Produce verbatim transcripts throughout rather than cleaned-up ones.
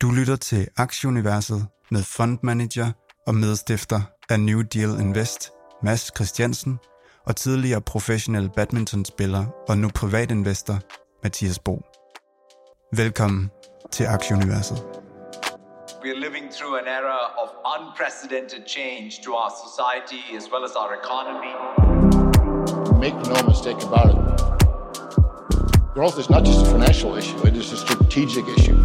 Du lytter til Aktieuniverset med fondmanager og medstifter af New Deal Invest, Mads Christiansen, og tidligere professionel badmintonspiller og nu privatinvestor, Mathias Bo. Velkommen til Aktieuniverset. We are living through an era of unprecedented change to our society as well as our economy. Make no mistake about it. Growth is not just a financial issue, it is a strategic issue.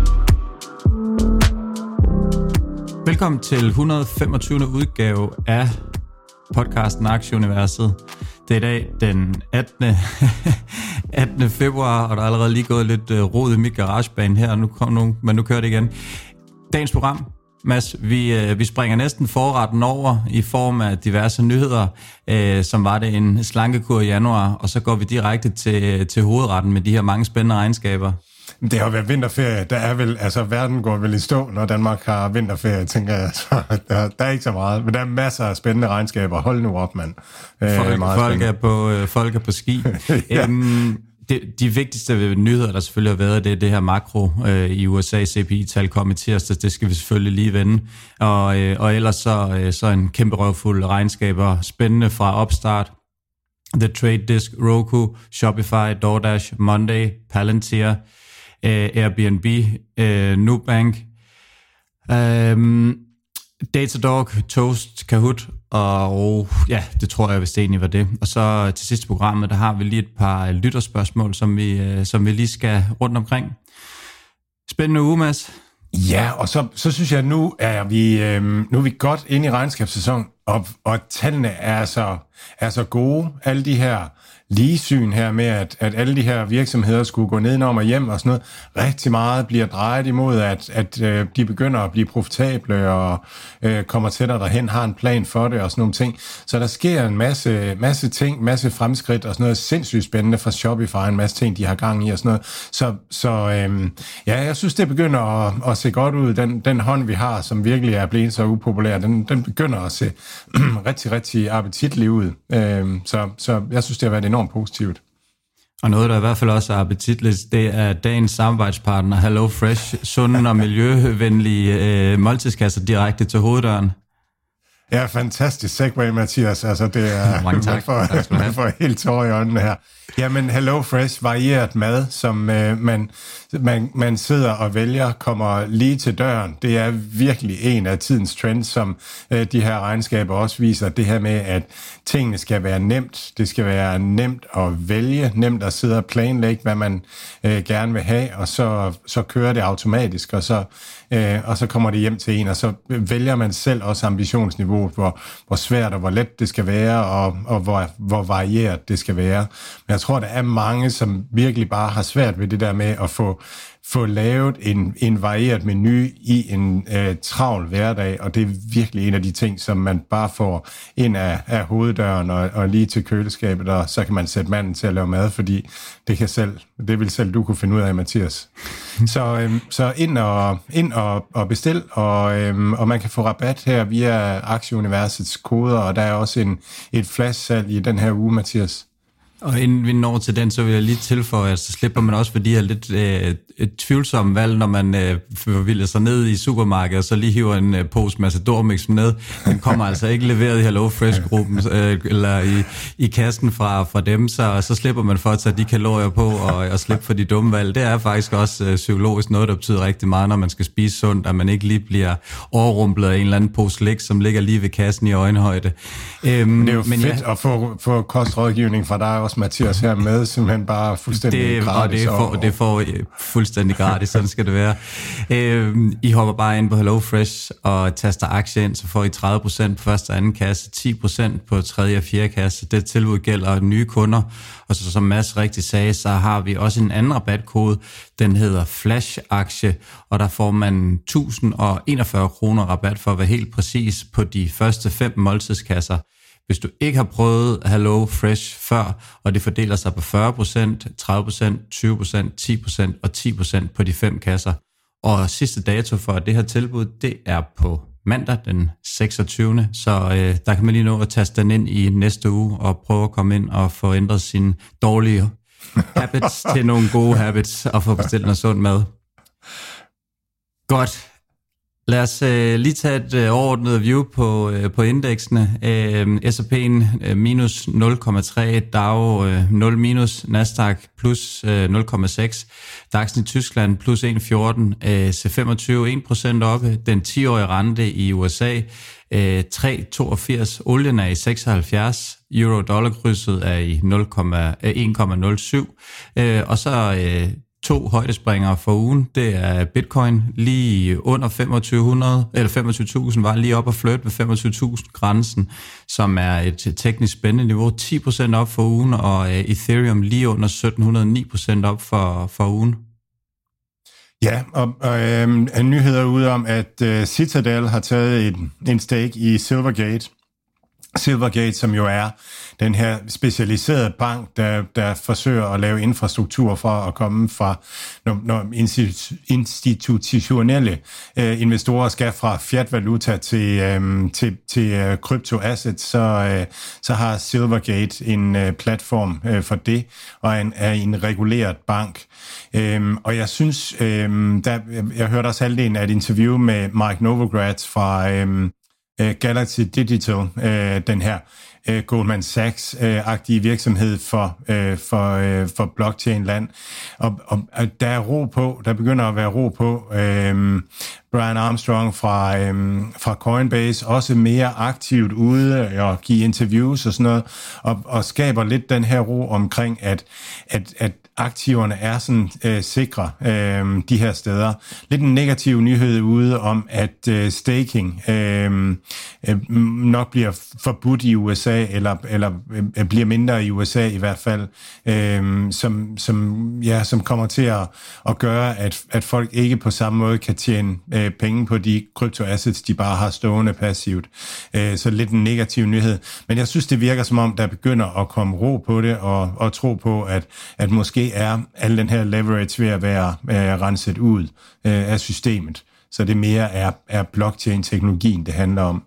Velkommen til et hundrede og femogtyvende udgave af podcasten Aktieuniverset. Det er i dag den attende attende februar, og der er allerede lige gået lidt rod i mit garagebane her, nu kom nu, men nu kører det igen. Dagens program, Mads, vi, vi springer næsten forretten over i form af diverse nyheder, øh, som var det en slankekur i januar, og så går vi direkte til, til hovedretten med de her mange spændende regnskaber. Det har jo været vinterferie. Der er vel, altså verden går vel i stå, når Danmark har vinterferie, tænker jeg. Så der, der er ikke så meget, men der er masser af spændende regnskaber. Hold nu op, mand. Folk, folk, er, på, folk er på ski. ja. øhm, de, de vigtigste nyheder, der selvfølgelig har været, det er det her makro øh, i U S A. C P I-tal kom i tirsdag. Det skal vi selvfølgelig lige vende. Og, øh, og ellers så, øh, så en kæmpe røvfuld regnskaber. Spændende fra opstart. The Trade Desk, Roku, Shopify, DoorDash, Monday, Palantir, Uh, Airbnb, uh, Nubank, um, Datadog, Toast, Kahoot, og ja, det tror jeg vist egentlig var det. Og så til sidste programmet, der har vi lige et par lytterspørgsmål, som vi, uh, som vi lige skal rundt omkring. Spændende uge, Mads. Ja, og så, så synes jeg, at nu er vi, øhm, nu er vi godt inde i regnskabssæsonen, og, og tallene er så, er så gode. Alle de her ligesyn her med, at, at alle de her virksomheder skulle gå nedenom og hjem og sådan noget, rigtig meget bliver drejet imod, at, at øh, de begynder at blive profitable og øh, kommer tættere derhen, har en plan for det og sådan nogle ting. Så der sker en masse, masse ting, masse fremskridt og sådan noget sindssygt spændende fra Shopify, en masse ting, de har gang i og sådan noget. Så, så øh, ja, jeg synes, det begynder at, at se godt ud. Den, den hånd, vi har, som virkelig er blevet så upopulær, den, den begynder at se rigtig, rigtig appetitlig ud. Øh, så, så jeg synes, det har været enormt positivt. Og noget, der i hvert fald også er appetitligt, det er dagens samarbejdspartner HelloFresh, sunde og miljøvenlige øh, måltidskasser direkte til hoveddøren. Ja, fantastisk segway, Mathias. Altså, det er... Mange tak. Man får, tak man får helt tår i øjnene her. Jamen, HelloFresh, varieret mad, som øh, man, man, man sidder og vælger, kommer lige til døren. Det er virkelig en af tidens trends, som øh, de her regnskaber også viser. Det her med, at tingene skal være nemt. Det skal være nemt at vælge, nemt at sidde og planlægge, hvad man øh, gerne vil have, og så, så kører det automatisk, og så, øh, og så kommer det hjem til en, og så vælger man selv også ambitionsniveauet, hvor, hvor svært og hvor let det skal være, og, og hvor, hvor varieret det skal være. Men jeg tror, der er mange, som virkelig bare har svært ved det der med at få, få lavet en, en varieret menu i en øh, travl hverdag, og det er virkelig en af de ting, som man bare får ind af, af hoveddøren og, og lige til køleskabet, og så kan man sætte manden til at lave mad, fordi det kan selv, det vil selv du kunne finde ud af, Mathias. Så, øhm, så ind og, ind og, og bestil, og, øhm, og man kan få rabat her via Aktieuniversets koder, og der er også en, et flashsalg i den her uge, Mathias. Og inden vi når til den, så vil jeg lige tilføje, at så slipper man også for de her lidt øh, tvivlsomme valg, når man øh, forvilder sig ned i supermarkedet, og så lige hiver en øh, pose Matador-mix med. Den kommer altså ikke leveret i HelloFresh-gruppen, øh, eller i, i kassen fra, fra dem, så, så slipper man for at tage de kalorier på, og, og slippe for de dumme valg. Det er faktisk også øh, psykologisk noget, der betyder rigtig meget, når man skal spise sundt, at man ikke lige bliver overrumplet af en eller anden pose slik, som ligger lige ved kassen i øjenhøjde. Øhm, det er jo men fedt ja, at få, få kostrådgivning fra dig også, Mathias, her med, simpelthen bare fuldstændig det, gratis. Og det får, og, det får fuldstændig gratis, sådan skal det være. Øh, I hopper bare ind på HelloFresh og taster aktie ind, så får I tredive procent på første og anden kasse, ti procent på tredje og fjerde kasse. Det tilbud gælder nye kunder, og så som Mads rigtig sagde, så har vi også en anden rabatkode, den hedder Flash-aktie, og der får man tusind og enogfyrre kroner rabat for at være helt præcis på de første fem måltidskasser. Hvis du ikke har prøvet HelloFresh før, og det fordeler sig på fyrre procent, tredive procent, tyve procent, ti procent og ti procent på de fem kasser. Og sidste dato for det her tilbud, det er på mandag den seksogtyvende Så øh, der kan man lige nå at taste den ind i næste uge og prøve at komme ind og få ændret sine dårlige habits til nogle gode habits og få bestilt noget sund mad. Godt. Lad os øh, lige tage et øh, overordnet view på, øh, på indeksene. Øh, S og P'en øh, minus nul komma tre, Dow øh, nul minus, Nasdaq plus øh, nul komma seks, DAX'en i Tyskland plus en komma fjorten, øh, C femogtyve en procent oppe, den ti-årige rente i U S A øh, tre komma toogfirs, olien er i seksoghalvfjerds, euro-dollar-krydset er i en komma nul syv, øh, og så øh, to højdespringere for ugen, det er Bitcoin lige under femogtyve hundrede, eller femogtyve tusind, var lige op og flytte med femogtyve tusind grænsen, som er et teknisk spændende niveau, ti procent op for ugen, og Ethereum lige under sytten hundrede, ni procent op for, for ugen. Ja, og, og øhm, en nyhed er ude om, at øh, Citadel har taget en, en stake i Silvergate, Silvergate, som jo er den her specialiserede bank, der, der forsøger at lave infrastruktur for at komme fra, når, når institutionelle øh, investorer skal fra fiat-valuta til, øh, til, til øh, kryptoassets, så, øh, så har Silvergate en øh, platform øh, for det, og en, er en reguleret bank. Øh, og jeg synes, øh, der, jeg hørte også halvdelen af et interview med Mike Novogratz fra øh, Galaxy Digital, øh, den her øh, Goldman Sachs-agtige virksomhed for, øh, for, øh, for blockchain-land. Og, og, og der er ro på, der begynder at være ro på. Øh, Brian Armstrong fra, øh, fra Coinbase også mere aktivt ude og give interviews og sådan noget, og, og skaber lidt den her ro omkring, at, at, at aktiverne er sådan øh, sikre øh, de her steder. Lidt en negativ nyhed ude om, at øh, staking øh, øh, nok bliver forbudt i U S A, eller, eller øh, bliver mindre i U S A i hvert fald, øh, som, som, ja, som kommer til at, at gøre, at, at folk ikke på samme måde kan tjene øh, penge på de kryptoassets, de bare har stående passivt. Øh, så lidt en negativ nyhed. Men jeg synes, det virker som om, der begynder at komme ro på det, og, og tro på, at, at måske er al den her leverage ved at være øh, renset ud øh, af systemet. Så det mere er, er blockchain-teknologien, det handler om.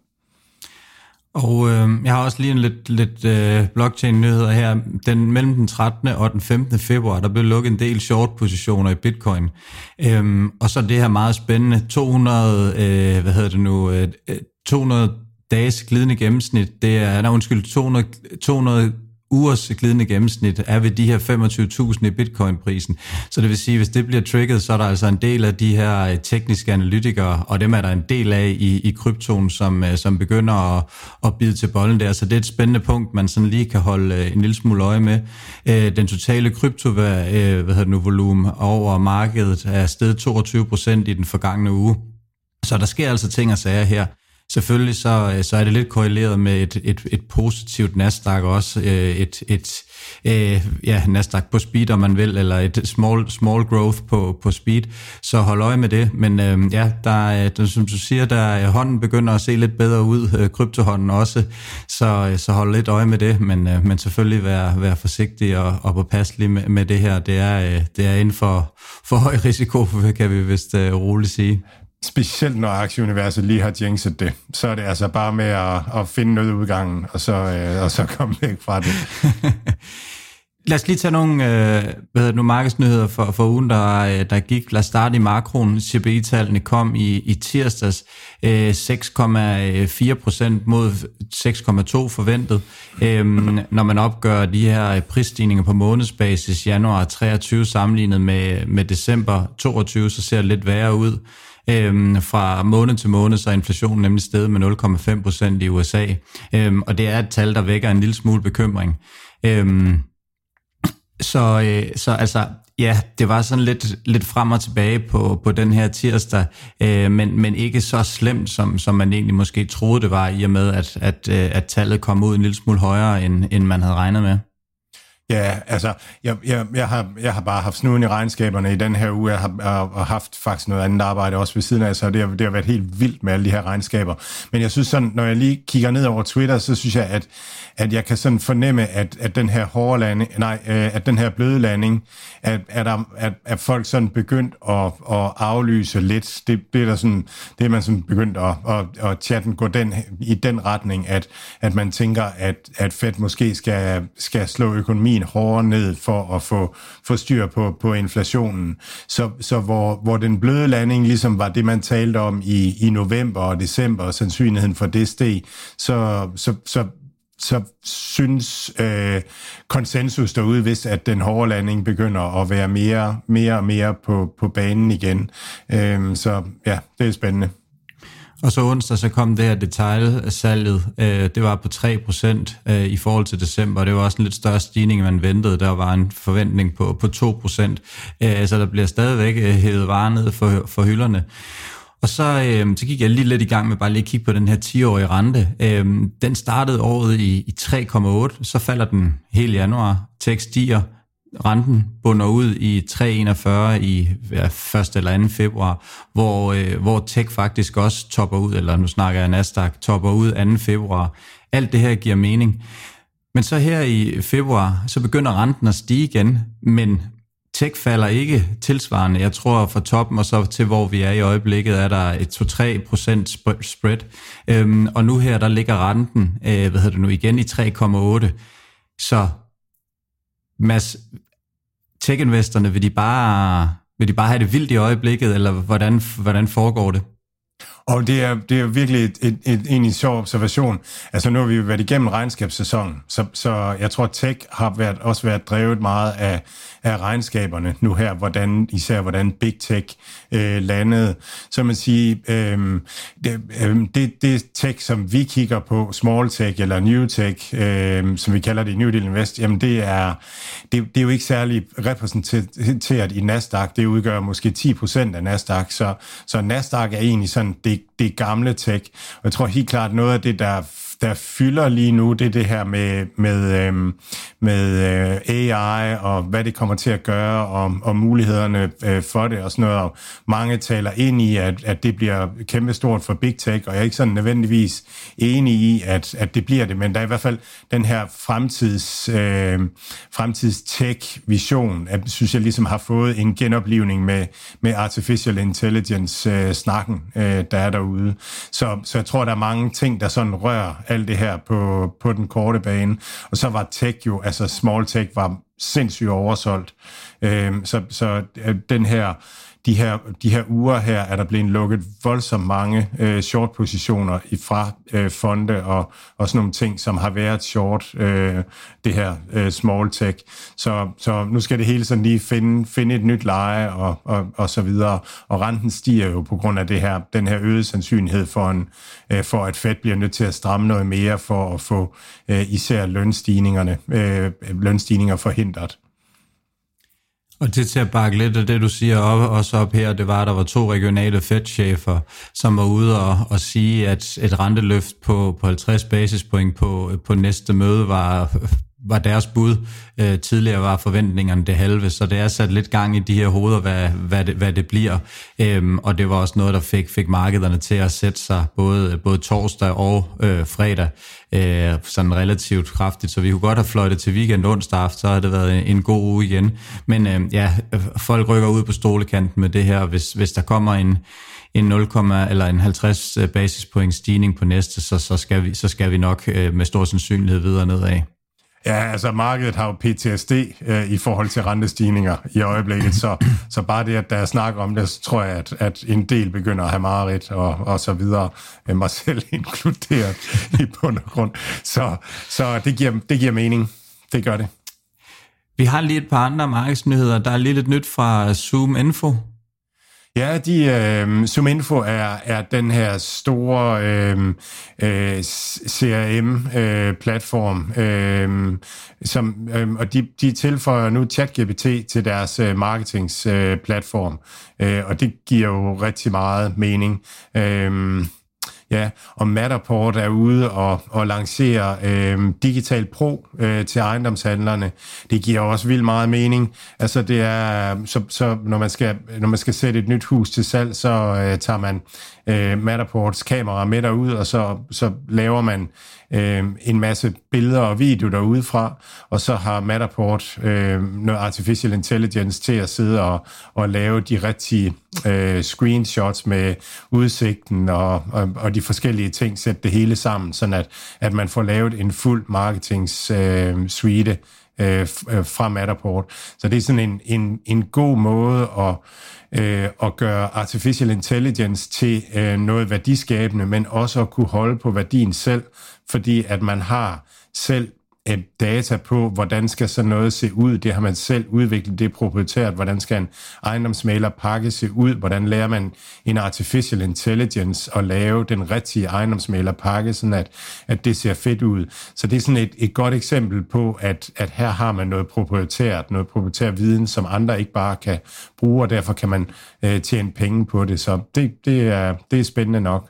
Og øh, jeg har også lige en lidt, lidt øh, blockchain-nyheder her. Den, mellem den trettende og den femtende februar, der blev lukket en del short-positioner i Bitcoin. Øhm, og så det her meget spændende to hundrede, øh, hvad hedder det nu, øh, to hundrede dages glidende gennemsnit. Det er, nej, undskyld, to hundrede, to hundrede ugers glidende gennemsnit er ved de her femogtyve tusind i bitcoin-prisen. Så det vil sige, hvis det bliver trigget, så er der altså en del af de her tekniske analytikere, og dem er der en del af i, i kryptoen, som, som begynder at, at bide til bolden der. Så det er et spændende punkt, man sådan lige kan holde en lille smule øje med. Den totale kryptovolumen over markedet er steget toogtyve procent i den forgangne uge. Så der sker altså ting og sager her. Selvfølgelig så, så er det lidt korreleret med et, et, et positivt Nasdaq også, et, et øh, ja, Nasdaq på speed, om man vil, eller et small, small growth på, på speed, så hold øje med det. Men øh, ja, der, der, som du siger, der hånden begynder at se lidt bedre ud, øh, kryptohånden også, så, så hold lidt øje med det, men, øh, men selvfølgelig være, være forsigtig og, og påpasselig med, med det her. Det er, øh, det er inden for, for høj risiko, kan vi vist øh, roligt sige. Specielt når aktieuniverset lige har jinxet det, så er det altså bare med at, at finde nødudgangen, og så, øh, og så komme væk fra det. Lad os lige tage nogle øh, hvad hedder det nu, markedsnyheder for, for ugen, der, der gik. Lad os starte i makroen. C P I-tallene kom i, i tirsdags øh, seks komma fire procent mod seks komma to forventet. Øhm, når man opgør de her prisstigninger på månedsbasis januar treogtyve sammenlignet med, med december toogtyve, så ser det lidt værre ud. Øhm, fra måned til måned, så er inflationen nemlig steget med nul komma fem procent i U S A. Øhm, og det er et tal, der vækker en lille smule bekymring. Øhm, så, øh, så altså, ja, det var sådan lidt, lidt frem og tilbage på, på den her tirsdag, øh, men, men ikke så slemt, som, som man egentlig måske troede, det var, i og med, at, at, at tallet kom ud en lille smule højere, end, end man havde regnet med. Ja, altså, jeg, jeg, jeg, har, jeg har bare haft snuden i regnskaberne i den her uge. Jeg har, har haft faktisk noget andet arbejde også ved siden af, så det har, det har været helt vildt med alle de her regnskaber. Men jeg synes sådan, når jeg lige kigger ned over Twitter, så synes jeg, at, at jeg kan sådan fornemme, at, at den her hårde landing, nej, at den her bløde landing, at, at, der, at, at folk sådan begyndt at, at aflyse lidt. Det, det er der sådan, det er man sådan begyndt at, at, at chatten gå den, i den retning, at, at man tænker, at, at Fed måske skal, skal slå økonomien økonomien hårdere ned for at få, få styr på, på inflationen. Så, så hvor, hvor den bløde landing ligesom var det, man talte om i, i november og december, og sandsynligheden for det steg, så, så, så så synes øh, konsensus derude, hvis at den hårde landing begynder at være mere, mere og mere på, på banen igen. Øh, så ja, det er spændende. Og så onsdag, så kom det her detailsalget, øh, det var på tre procent øh, i forhold til december, det var også en lidt større stigning, end man ventede, der var en forventning på, på to procent, øh, så der bliver stadigvæk øh, hævet varer ned for, for hylderne. Og så, øh, så gik jeg lige lidt i gang med bare lige at kigge på den her ti-årige rente. Øh, den startede året i, i tre komma otte, så falder den hele januar. Tech stiger, renten bunder ud i tre komma enogfyrre i ja, første eller anden februar, hvor, øh, hvor Tech faktisk også topper ud, eller nu snakker jeg Nasdaq, topper ud anden februar. Alt det her giver mening. Men så her i februar, så begynder renten at stige igen, men Tech falder ikke tilsvarende. Jeg tror fra toppen og så til hvor vi er i øjeblikket, er der et to til tre procent spread. Øhm, og nu her, der ligger renten, øh, hvad hedder det nu, igen i tre komma otte. Så Mads, tech-investorerne, vil de bare, vil de bare have det vildt i øjeblikket, eller hvordan, hvordan foregår det? Og det er, det er virkelig et, et, et, en sjov observation. Altså nu har vi jo været igennem regnskabssæsonen, så, så jeg tror, at tech har været, også været drevet meget af, af regnskaberne nu her, hvordan, især hvordan Big Tech øh, landede. Så man siger, øh, det, øh, det, det tech, som vi kigger på, Small Tech eller New Tech, øh, som vi kalder det i New Deal Invest, jamen det er, det, det er jo ikke særlig repræsenteret i Nasdaq. Det udgør måske ti procent af Nasdaq, så, så Nasdaq er egentlig sådan det, det gamle tech. Og jeg tror helt klart, noget af det, der, der fylder lige nu, det er det her med, med, øhm, med øh, A I og hvad det kommer til at gøre, og, og mulighederne øh, for det og sådan noget. Og mange taler ind i, at, at det bliver kæmpestort for Big Tech, og jeg er ikke sådan nødvendigvis enig i, at, at det bliver det, men der er i hvert fald den her fremtids, øh, fremtids tech-vision, at synes jeg ligesom har fået en genoplivning med, med artificial intelligence-snakken, øh, øh, der er derude. Så, så jeg tror, der er mange ting, der sådan rører alt det her på, på den korte bane. Og så var tech jo, altså small tech var sindssygt oversolgt. Øh, så, så den her De her, de her uger her er der blevet lukket voldsomt mange øh, short-positioner fra øh, fonde og, og sådan nogle ting, som har været short, øh, det her øh, small tech. Så, så nu skal det hele sådan lige finde, finde et nyt leje og, og, og så videre. Og renten stiger jo på grund af det her, den her øgede sandsynlighed for, en, øh, for at Fed bliver nødt til at stramme noget mere for at få øh, især lønstigningerne, øh, lønstigninger forhindret. Og det til at bakke lidt af det, du siger op, også op her, det var, at der var to regionale Fed-chefer, som var ude og, og sige, at et renteløft på, på halvtreds basispoint på, på næste møde var, var deres bud. Øh, tidligere var forventningerne det halve, så det er sat lidt gang i de her hoveder, hvad, hvad, det, hvad det bliver. Øhm, og det var også noget, der fik, fik markederne til at sætte sig både, både torsdag og øh, fredag øh, sådan relativt kraftigt. Så vi kunne godt have fløjtet til weekend onsdag aften, så havde det været en, en god uge igen. Men øh, ja, folk rykker ud på stolekanten med det her. Hvis, hvis der kommer en en nul, eller en halvtreds basispoint stigning på næste, så, så, skal vi, så skal vi nok øh, med stor sandsynlighed videre nedad. Ja, altså markedet har jo P T S D øh, i forhold til rentestigninger i øjeblikket, så, så bare det, at der er snak om det, så tror jeg, at, at en del begynder at have mareridt og, og så videre, med mig selv inkluderet i bund og grund. Så, så det, giver, det giver mening. Det gør det. Vi har lige et par andre markedsnyheder. Der er lige lidt nyt fra Zoom Info. Ja, de, øh, ZoomInfo er, er den her store øh, øh, C R M-platform, øh, øh, som, øh, og de, de tilføjer nu ChatGPT til deres øh, marketingsplatform, øh, øh, og det giver jo rigtig meget mening. Øh, Ja, og Matterport er ude og, og lancerer øh, Digital Pro øh, til ejendomshandlerne. Det giver også vildt meget mening. Altså det er, så, så når, man skal, når man skal sætte et nyt hus til salg, så øh, tager man øh, Matterports kamera med derud, og så, så laver man øh, en masse billeder og video derude fra, og så har Matterport øh, noget artificial intelligence til at sidde og, og lave de rigtige øh, screenshots med udsigten og, og, og de forskellige ting, sætte det hele sammen, sådan at, at man får lavet en fuld marketings øh, suite øh, fra Matterport. Så det er sådan en, en, en god måde at, øh, at gøre artificial intelligence til øh, noget værdiskabende, men også at kunne holde på værdien selv, fordi at man har selv data på, hvordan skal sådan noget se ud. Det har man selv udviklet, det er proprietært. Hvordan skal en ejendomsmæglerpakke se ud? Hvordan lærer man en artificial intelligence at lave den rigtige ejendomsmæglerpakke, sådan at, at det ser fedt ud. Så det er sådan et, et godt eksempel på, at, at her har man noget proprietært, noget proprietær viden, som andre ikke bare kan bruge, og derfor kan man øh, tjene penge på det. Så det, det, er, det er spændende nok.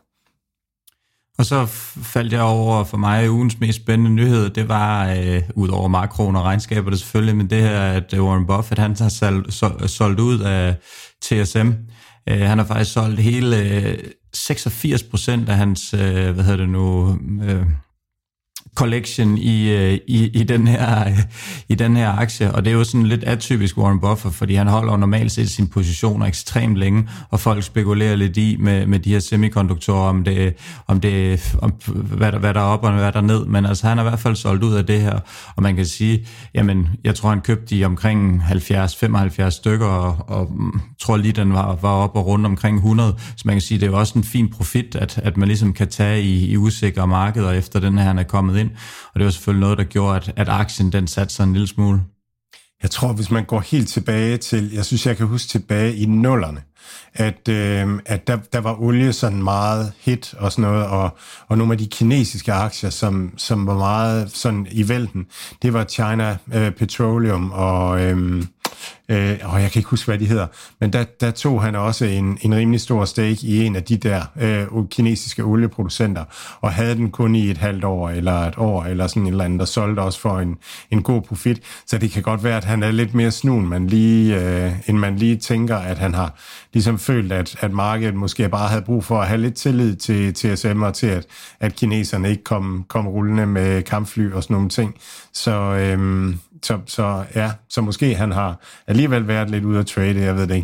Og så faldt jeg over, for mig ugens mest spændende nyhed, det var, øh, ud over makroen og regnskaberne selvfølgelig, men det her, at Warren Buffett, han har solgt, solgt ud af T S M. Øh, han har faktisk solgt hele øh, seksogfirs procent af hans, øh, hvad hedder det nu... Øh, collection i, i, i, den her, i den her aktie, og det er jo sådan lidt atypisk Warren Buffett, fordi han holder normalt set sine positioner ekstremt længe, og folk spekulerer lidt i med, med de her semikonduktorer, om det, om det om, hvad, der, hvad der er op og hvad der er ned, men altså han har i hvert fald solgt ud af det her, og man kan sige, jamen, jeg tror han købte de omkring halvfjerds til femoghalvfjerds stykker, og, og tror lige den var, var op og rundt omkring hundrede, så man kan sige, det er jo også en fin profit, at, at man ligesom kan tage i, i usikre markeder, efter den her han er kommet ind. Og det var selvfølgelig noget, der gjorde, at, at aktien den satte sig en lille smule. Jeg tror, hvis man går helt tilbage til, jeg synes, jeg kan huske tilbage i nullerne, at, øh, at der, der var olie sådan meget hit og sådan noget, og, og nogle af de kinesiske aktier, som, som var meget sådan i vælten, det var China øh, Petroleum og... Øh, Øh, og jeg kan ikke huske, hvad de hedder, men der, der tog han også en, en rimelig stor stake i en af de der øh, kinesiske olieproducenter, og havde den kun i et halvt år, eller et år, eller sådan et eller andet, der solgte også for en, en god profit. Så det kan godt være, at han er lidt mere snuen, man lige, øh, end man lige tænker, at han har ligesom følt, at, at markedet måske bare havde brug for at have lidt tillid til T S M, og til, at, at kineserne ikke kom, kom rullende med kampfly og sådan nogle ting. Så... Øh, Så, så ja, så måske han har alligevel været lidt ude at trade, jeg ved det ikke.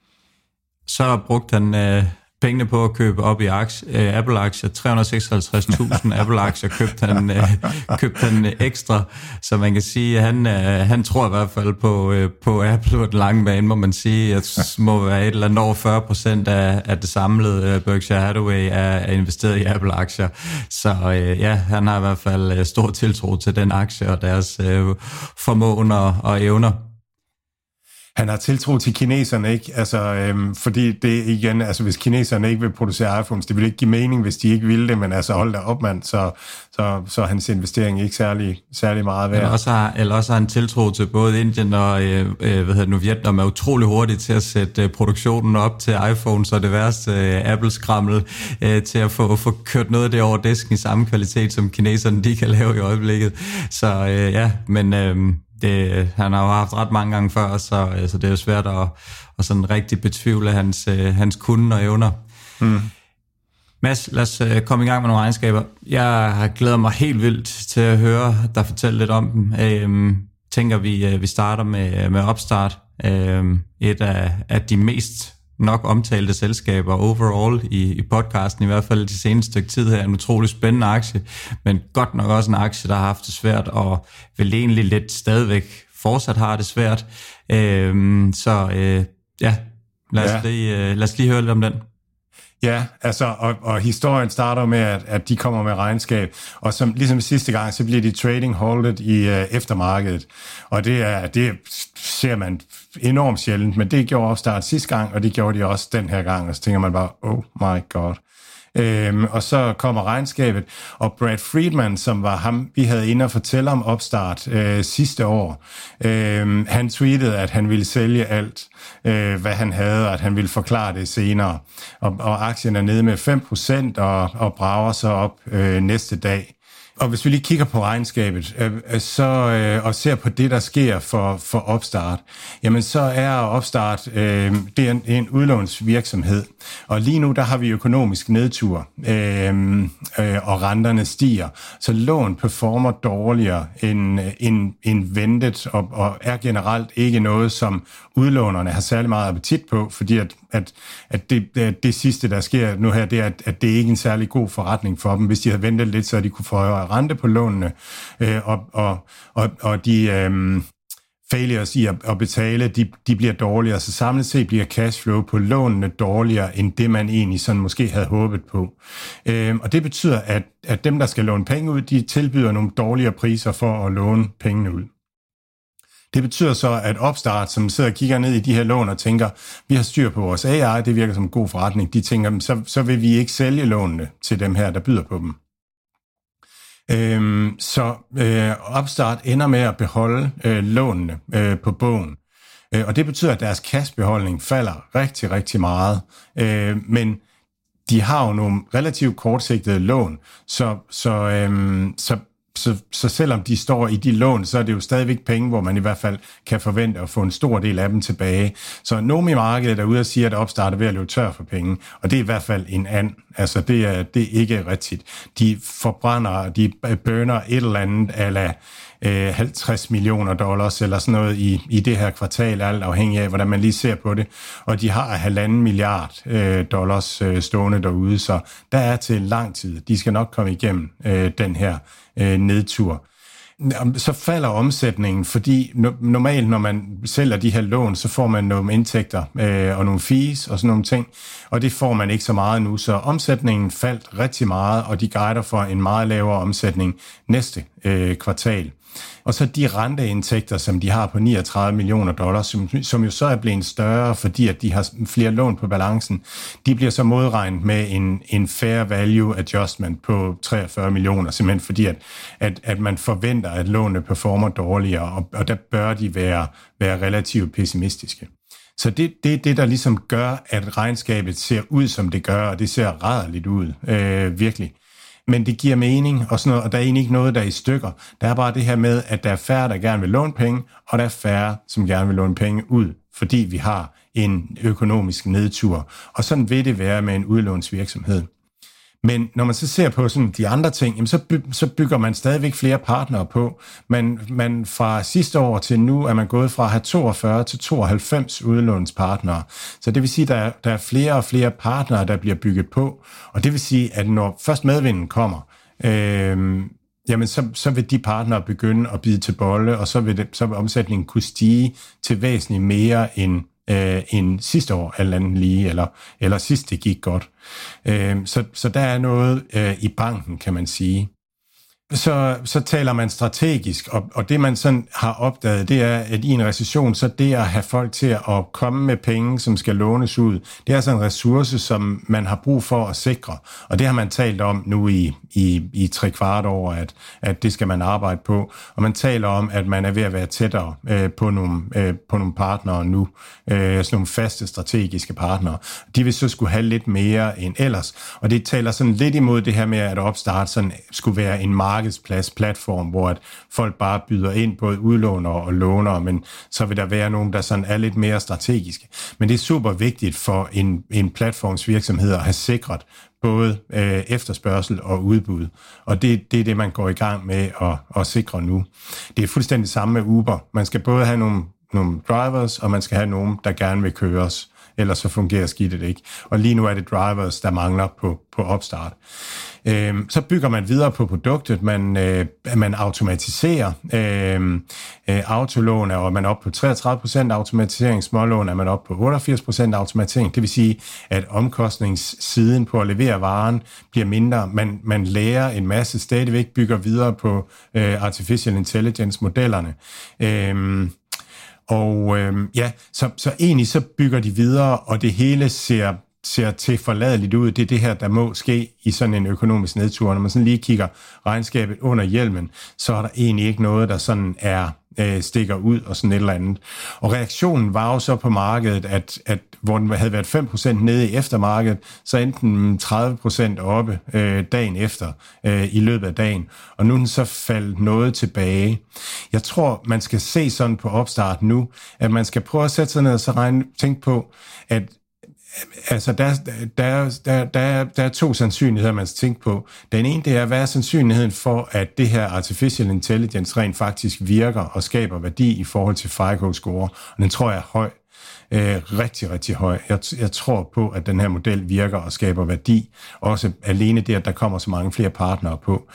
Så brugte han øh, pengene på at købe op i aktie, øh, Apple-aktier, tre hundrede og seksoghalvtreds tusind Apple-aktier købte han, øh, købte han øh, ekstra, så man kan sige, at han, øh, han tror i hvert fald på, øh, på Apple på den lange bane, må man sige, at må være et eller andet over fyrre procent af, af det samlede øh, Berkshire Hathaway er, er investeret i Apple-aktier, så øh, ja, han har i hvert fald øh, stor tiltro til den aktie og deres øh, formåen og, og evner. Han har tiltro til kineserne, ikke? Altså, øhm, fordi det igen, altså hvis kineserne ikke vil producere iPhones, det vil ikke give mening, hvis de ikke ville det, men altså hold da op, mand, så, så, så er hans investering ikke særlig, særlig meget værd. Eller også, har, eller også har han tiltro til både Indien og øh, hvad hedder det nu, Vietnam er utrolig hurtigt til at sætte øh, produktionen op til iPhones og det værste øh, Apple-skrammel øh, til at få, få kørt noget af det over disken i samme kvalitet, som kineserne de kan lave i øjeblikket. Så øh, ja, men... Øh, Det, han har jo haft ret mange gange før, så, så det er jo svært at, at sådan rigtig betvivle hans, hans kunde og evner. Mm. Mads, lad os komme i gang med nogle regnskaber. Jeg har glædet mig helt vildt til at høre dig fortælle lidt om dem. Øhm, tænker vi, vi starter med, med Upstart. Øhm, et af, af de mest nok omtalte selskaber overall i, i podcasten, i hvert fald de seneste stykke tid her, en utrolig spændende aktie, men godt nok også en aktie, der har haft det svært, og vel egentlig lidt stadigvæk fortsat har det svært. Øhm, så øh, ja, lad os, ja. Lige, øh, lad os lige høre lidt om den. Ja, altså, og, og historien starter med, at, at de kommer med regnskab, og som, ligesom sidste gang, så bliver de trading holdet i uh, eftermarkedet, og det, er, det ser man enormt sjældent, men det gjorde Upstart sidste gang, og det gjorde de også den her gang, og så tænker man bare, oh my god. Øhm, og så kommer regnskabet, og Brad Friedman, som var ham, vi havde inde og fortælle om Upstart øh, sidste år, øh, han tweetede, at han ville sælge alt, øh, hvad han havde, og at han ville forklare det senere. Og, og aktien er nede med fem procent og, og brager så op øh, næste dag. Og hvis vi lige kigger på regnskabet, øh, så, øh, og ser på det, der sker for, for Upstart, jamen så er Upstart, øh, det er en, en udlånsvirksomhed, og lige nu der har vi økonomisk nedtur, øh, øh, og renterne stiger, så lån performer dårligere end, end, end ventet, og, og er generelt ikke noget, som udlånerne har særlig meget appetit på, fordi at, at, at det, det, det sidste, der sker nu her, det er, at, at det ikke er en særlig god forretning for dem. Hvis de havde ventet lidt, så de kunne få højere højere rente på lånene, øh, og, og, og, og de øh, failures i at, at betale, de, de bliver dårligere, så samlet set bliver cashflow på lånene dårligere, end det man egentlig sådan måske havde håbet på. Øh, og det betyder, at, at dem, der skal låne penge ud, de tilbyder nogle dårligere priser for at låne pengene ud. Det betyder så, at Upstart, som sidder og kigger ned i de her lån og tænker, vi har styr på vores A I, det virker som en god forretning, de tænker, så, så vil vi ikke sælge lånene til dem her, der byder på dem. Øhm, så øh, Upstart ender med at beholde øh, lånene øh, på bogen. Øh, og det betyder, at deres cashbeholdning falder rigtig, rigtig meget. Øh, men de har jo nogle relativt kortsigtede lån, så, så, øh, så Så, så selvom de står i de lån, så er det jo stadigvæk penge, hvor man i hvert fald kan forvente at få en stor del af dem tilbage. Så nogen i markedet er ude og siger, at Upstart er ved at løbe tør for penge, og det er i hvert fald en and. Altså det er, det er ikke rigtigt. De forbrænder, de burner et eller andet ala øh, halvtreds millioner dollars eller sådan noget i, i det her kvartal, alt afhængig af, hvordan man lige ser på det. Og de har halvanden milliard øh, dollars øh, stående derude, så der er til lang tid. De skal nok komme igennem øh, den her øh, nedtur. Så falder omsætningen, fordi normalt, når man sælger de her lån, så får man nogle indtægter øh, og nogle fees og sådan nogle ting, og det får man ikke så meget nu. Så omsætningen faldt rigtig meget, og de guider for en meget lavere omsætning næste øh, kvartal. Og så de renteindtægter, som de har på niogtredive millioner dollars, som, som jo så er blevet større, fordi at de har flere lån på balancen, de bliver så modregnet med en, en fair value adjustment på treogfyrre millioner, simpelthen fordi, at, at, at man forventer, at lånene performer dårligere, og, og der bør de være, være relativt pessimistiske. Så det er det, det, der ligesom gør, at regnskabet ser ud, som det gør, og det ser rædderligt ud, øh, virkelig. Men det giver mening og sådan noget, og der er egentlig ikke noget, der er i stykker. Der er bare det her med, at der er færre, der gerne vil låne penge, og der er færre, som gerne vil låne penge ud, fordi vi har en økonomisk nedtur. Og sådan vil det være med en udlånsvirksomhed. Men når man så ser på sådan de andre ting, jamen så, by, så bygger man stadigvæk flere partnere på. Man, man fra sidste år til nu er man gået fra at have toogfyrre til tooghalvfems udlånspartnere. Så det vil sige, at der, der er flere og flere partnere, der bliver bygget på. Og det vil sige, at når først medvinden kommer, øh, jamen så, så vil de partnere begynde at bide til bolle, og så vil, det, så vil omsætningen kunne stige til væsentligt mere end Øh, end sidste år, eller andet lige, eller, eller sidst det gik godt. Øh, så, så der er noget øh, i banken, kan man sige. Så, så taler man strategisk, og, og det man sådan har opdaget, det er, at i en recession, så det at have folk til at komme med penge, som skal lånes ud, det er altså en ressource, som man har brug for at sikre. Og det har man talt om nu i, i, i tre kvart år, at, at det skal man arbejde på. Og man taler om, at man er ved at være tættere øh, på, nogle, øh, på nogle partnere nu, øh, sådan nogle faste strategiske partnere. De vil så skulle have lidt mere end ellers. Og det taler sådan lidt imod det her med, at Upstart sådan skulle være en markedsplads, platform, hvor at folk bare byder ind, både udlånere og lånere, men så vil der være nogen, der sådan er lidt mere strategiske. Men det er super vigtigt for en, en platformsvirksomhed at have sikret både øh, efterspørgsel og udbud. Og det, det er det, man går i gang med at, at sikre nu. Det er fuldstændig samme med Uber. Man skal både have nogle, nogle drivers, og man skal have nogen, der gerne vil køres. Ellers så fungerer skidtet ikke. Og lige nu er det drivers, der mangler på, på Upstart. Øhm, så bygger man videre på produktet, man, øh, man automatiserer øh, øh, autolån, og man er oppe på treogtredive procent automatisering, smålån er man oppe på otteogfirs procent automatisering. Det vil sige, at omkostningssiden på at levere varen bliver mindre. Man, man lærer en masse, stadigvæk bygger videre på øh, artificial intelligence-modellerne. Øh, Og øh, ja, så, så egentlig så bygger de videre, og det hele ser, ser til forladeligt ud. Det er det her, der må ske i sådan en økonomisk nedtur. Når man sådan lige kigger regnskabet under hjelmen, så er der egentlig ikke noget, der sådan er øh, stikker ud og sådan et eller andet. Og reaktionen var jo så på markedet, at, at hvor den havde været fem procent nede i eftermarkedet, så endte den tredive procent oppe øh, dagen efter øh, i løbet af dagen. Og nu er den så faldt noget tilbage. Jeg tror, man skal se sådan på Upstart nu, at man skal prøve at sætte sig ned og så regne, tænke på, at altså, der, der, der, der, der er to sandsynligheder, man skal tænke på. Den ene, det er, hvad er sandsynligheden for, at det her artificial intelligence rent faktisk virker og skaber værdi i forhold til FICO-score, og den tror jeg er høj. øh, rigtig, rigtig høj. Jeg, jeg tror på, at den her model virker og skaber værdi. Også alene det, at der kommer så mange flere partnere på.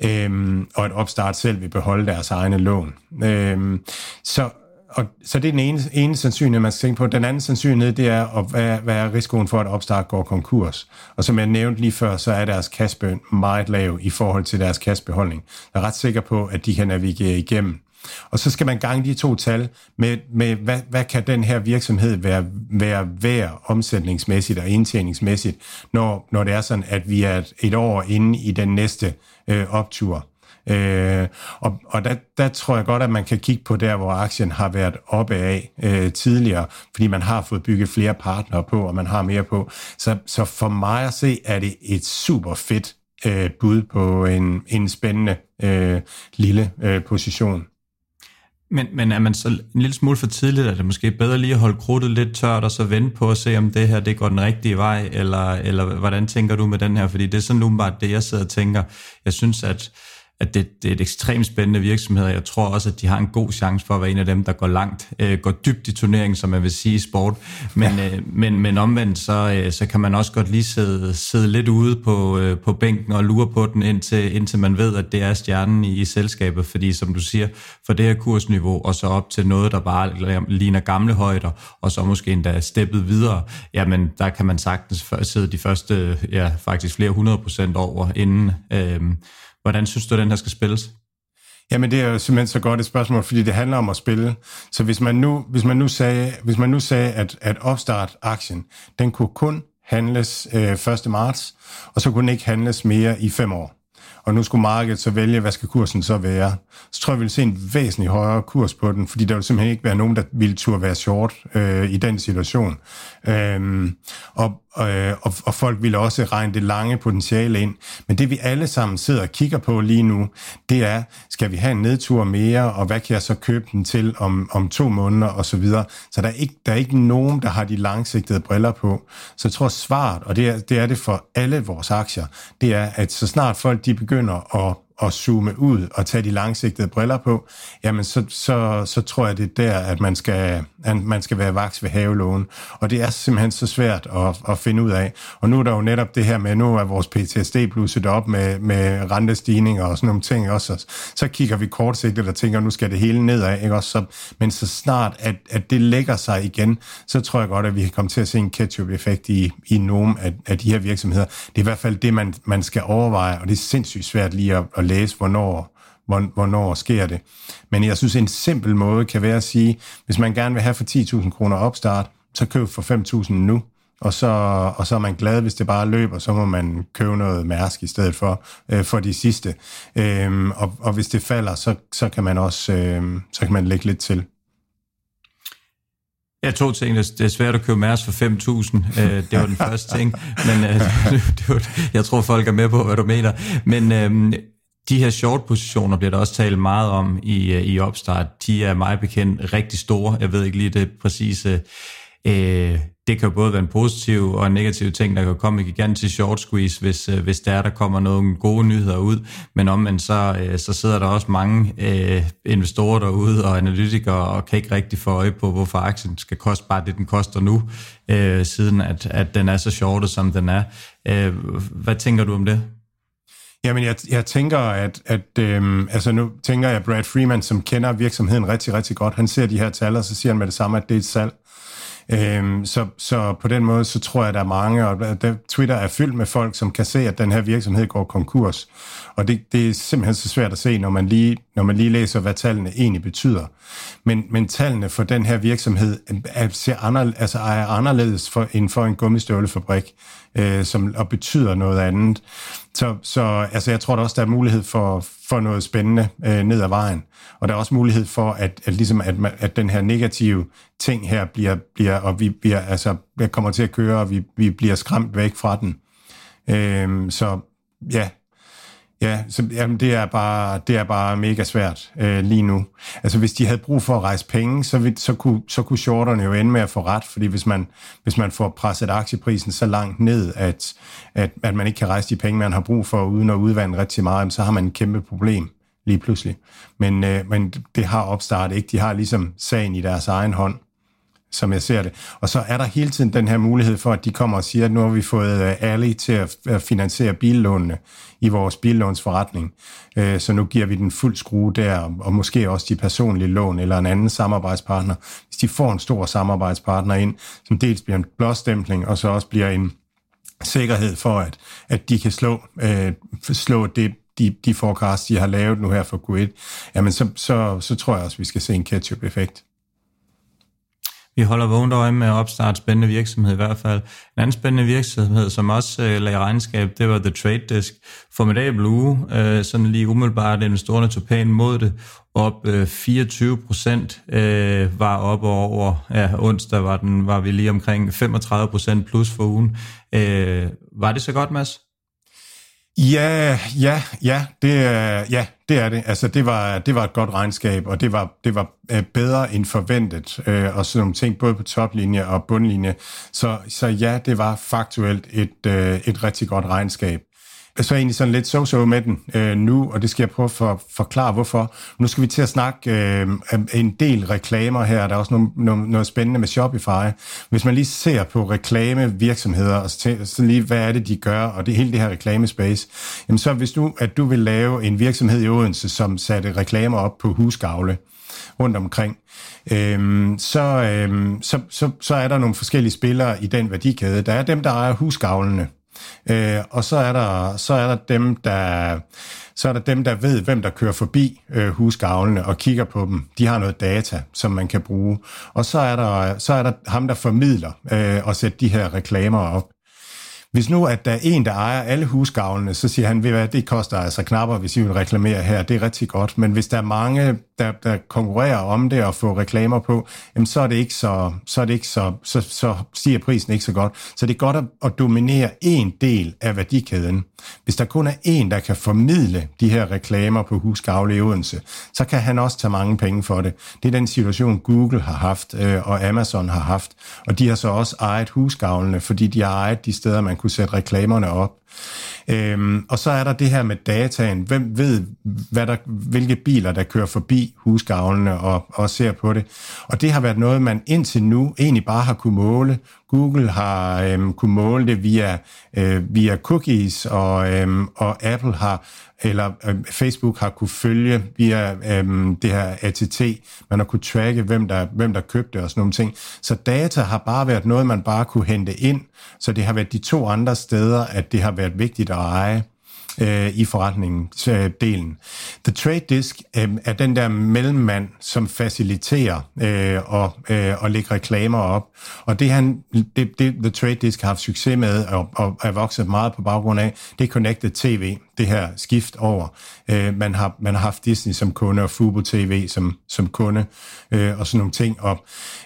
Øhm, og at Opstart selv vil beholde deres egne lån. Øhm, så Og, så det er den ene, ene sandsynlighed, man skal tænke på. Den anden sandsynlighed, det er, at, hvad, hvad er risikoen for, at Opstart går konkurs? Og som jeg nævnte lige før, så er deres cashburn meget lav i forhold til deres cashbeholdning. Jeg er ret sikker på, at de kan navigere igennem. Og så skal man gange de to tal med, med hvad, hvad kan den her virksomhed være, være værd omsætningsmæssigt og indtjeningsmæssigt, når, når det er sådan, at vi er et, et år inde i den næste øh, optur. Øh, og og der, der tror jeg godt, at man kan kigge på der, hvor aktien har været oppe af øh, tidligere, fordi man har fået bygget flere partnere på, og man har mere på. Så, så for mig at se, er det et super fedt øh, bud på en, en spændende øh, lille øh, position. Men, men er man så en lille smule for tidligt, er det måske bedre lige at holde krudtet lidt tørt, og så vente på at se, om det her det går den rigtige vej, eller, eller hvordan tænker du med den her? Fordi det er sådan umiddelbart det, jeg sidder og tænker. Jeg synes, at at det, det er et ekstremt spændende virksomhed, og jeg tror også, at de har en god chance for at være en af dem, der går langt, øh, går dybt i turneringen, som man vil sige i sport. Men, ja. øh, men, men omvendt, så, øh, så kan man også godt lige sidde, sidde lidt ude på, øh, på bænken og lure på den, indtil, indtil man ved, at det er stjernen i, i selskabet. Fordi som du siger, for det her kursniveau, og så op til noget, der bare ligner gamle højder, og så måske endda steppet videre, jamen der kan man sagtens sidde de første, ja faktisk flere hundrede procent over inden. Øh, Hvordan synes du, den her skal spilles? Jamen, det er jo simpelthen så godt et spørgsmål, fordi det handler om at spille. Så hvis man nu, hvis man nu sagde, hvis man nu sagde at, at Opstart-aktien, den kunne kun handles øh, første marts, og så kunne den ikke handles mere i fem år. Og nu skulle markedet så vælge, hvad skal kursen så være. Så tror jeg, vi vil se en væsentlig højere kurs på den, fordi der vil simpelthen ikke være nogen, der ville turde være short øh, i den situation. Øhm, og, øh, og, og folk ville også regne det lange potentiale ind. Men det vi alle sammen sidder og kigger på lige nu, det er, skal vi have en nedtur mere, og hvad kan jeg så købe den til om, om to måneder og så videre. Så der er, ikke, der er ikke nogen, der har de langsigtede briller på. Så jeg tror svaret, og det er, det er det for alle vores aktier, det er, at så snart folk de begynder at at zoome ud og tage de langsigtede briller på, jamen så, så, så tror jeg, det er der, at man skal, at man skal være vaks ved havelågen. Og det er simpelthen så svært at, at finde ud af. Og nu er der jo netop det her med, nu er vores P T S D blusset op med, med rentestigninger og sådan nogle ting også. Så kigger vi kortsigtet og tænker, nu skal det hele nedad, ikke også? Så, men så snart, at, at det lægger sig igen, så tror jeg godt, at vi kan komme til at se en ketchup-effekt i, i nogle af, af de her virksomheder. Det er i hvert fald det, man, man skal overveje, og det er sindssygt svært lige at, at læse, hvornår, hvornår sker det. Men jeg synes, en simpel måde kan være at sige, hvis man gerne vil have for ti tusind kroner Opstart, så køb for fem tusind nu, og så, og så er man glad, hvis det bare løber, så må man købe noget Mærsk i stedet for, øh, for de sidste. Øhm, og, og hvis det falder, så, så kan man også øh, så kan man lægge lidt til. Jeg to ting. Det er svært at købe Mærsk for fem tusind. Det var den første ting. Men det var, jeg tror, folk er med på, hvad du mener. Men øhm, de her short-positioner bliver der også talt meget om i, i Opstart. De er meget bekendt rigtig store. Jeg ved ikke lige det præcise. Øh, det kan jo både være en positiv og en negativ ting, der kan komme en gigantisk short squeeze, hvis, hvis der er, der kommer nogle gode nyheder ud. Men omvendt så, så sidder der også mange øh, investorer derude og analytikere og kan ikke rigtig få øje på, hvorfor aktien skal koste bare det, den koster nu, øh, siden at, at den er så shortet, som den er. Øh, hvad tænker du om det? Jamen, jeg, jeg tænker, at, at øhm, altså nu tænker jeg, Brad Freeman, som kender virksomheden rigtig, rigtig godt, han ser de her tal, og så siger han med det samme, at det er et salg. Øhm, så, så på den måde, så tror jeg, at der er mange, og der, Twitter er fyldt med folk, som kan se, at den her virksomhed går konkurs. Og det, det er simpelthen så svært at se, når man lige, når man lige læser, hvad tallene egentlig betyder. Men, men tallene for den her virksomhed er, ser anderledes, altså er anderledes for, end for en gummistøvlefabrik, øh, som, og betyder noget andet. Så, så altså, jeg tror da også, der er mulighed for, for noget spændende øh, ned ad vejen. Og der er også mulighed for, at, at, ligesom at, at den her negative ting her bliver, bliver og vi bliver, altså, kommer til at køre, og vi, vi bliver skræmt væk fra den. Øh, så ja, ja så, jamen, det, er bare, det er bare mega svært øh, lige nu. Altså hvis de havde brug for at rejse penge, så, vi, så, kunne, så kunne shorterne jo ende med at få ret, fordi hvis man, hvis man får presset aktieprisen så langt ned, at, at, at man ikke kan rejse de penge, man har brug for, uden at udvande rigtig meget, så har man et kæmpe problem lige pludselig. Men, øh, men det har Opstart ikke. De har ligesom sagen i deres egen hånd. som jeg ser det. Og så er der hele tiden den her mulighed for, at de kommer og siger, at nu har vi fået Ali til at finansiere billånene i vores billånsforretning. Så nu giver vi den fuld skrue der, og måske også de personlige lån eller en anden samarbejdspartner. Hvis de får en stor samarbejdspartner ind, som dels bliver en blåstempling, og så også bliver en sikkerhed for, at, at de kan slå, øh, slå det, de, de forecasts, de har lavet nu her for Q et, jamen så, så, så tror jeg også, vi skal se en ketchup-effekt. Vi holder vågent øje med at opstarte spændende virksomhed i hvert fald. En anden spændende virksomhed, som også øh, lagde regnskab, det var The Trade Desk. Formidabel uge, øh, sådan lige umiddelbart, investorerne tog pænt mod det. Op øh, fireogtyve procent øh, var op over, ja, onsdag var, den, var vi lige omkring femogtredive procent plus for ugen. Øh, var det så godt, Mads? Ja, ja, ja, det, ja, det er det. Altså, det var, det var et godt regnskab, og det var, det var bedre end forventet, øh, og sådan nogle ting, både på toplinje og bundlinje. Så, så ja, det var faktuelt et, øh, et rigtig godt regnskab. Så er egentlig sådan lidt so-so med den øh, nu, og det skal jeg prøve at for, forklare, hvorfor. Nu skal vi til at snakke øh, en del reklamer her. Der er også noget, noget, noget spændende med Shopify. Hvis man lige ser på reklamevirksomheder, og så, så lige, hvad er det, de gør, og det hele det her reklamespace, jamen så hvis du, at du vil lave en virksomhed i Odense, som satte reklamer op på husgavle rundt omkring, øhm, så, øhm, så, så, så er der nogle forskellige spillere i den værdikæde. Der er dem, der ejer husgavlene, Øh, og så er der så er der dem der så er der dem der ved hvem der kører forbi øh, husgavlene og kigger på dem. De har noget data som man kan bruge. Og så er der så er der ham der formidler øh, og sætter de her reklamer op. Hvis nu, at der er en, der ejer alle husgavlene, så siger han, ved hvad, det koster altså knapper, hvis I vil reklamere her. Det er rigtig godt. Men hvis der er mange, der, der konkurrerer om det og får reklamer på, jamen så er det ikke så, så er det ikke så, så, så stiger prisen ikke så godt. Så det er godt at, at dominere en del af værdikæden. Hvis der kun er en, der kan formidle de her reklamer på husgavle i Odense, så kan han også tage mange penge for det. Det er den situation, Google har haft, øh, og Amazon har haft. Og de har så også ejet husgavlene, fordi de har ejet de steder, man kunne sætte reklamerne op. Øhm, og så er der det her med dataen. Hvem ved, hvad der, hvilke biler, der kører forbi husgavlene og, og ser på det. Og det har været noget, man indtil nu egentlig bare har kunne måle. Google har øhm, kunne måle det via, øh, via cookies, og, øhm, og Apple har, eller øh, Facebook har kunne følge via øhm, det her A T T. Man har kunne tracke, hvem der, hvem der købte og sådan nogle ting. Så data har bare været noget, man bare kunne hente ind. Så det har været de to andre steder, at det har været vigtigt at eje øh, i forretningsdelen. The Trade Desk øh, er den der mellemmand, som faciliterer øh, og, øh, og lægger reklamer op. Og det, han, det, det The Trade Desk har haft succes med og, og er vokset meget på baggrund af, det er Connected T V, det her skift over. Øh, man, har, man har haft Disney som kunde og Fubo T V som, som kunde øh, og sådan nogle ting op.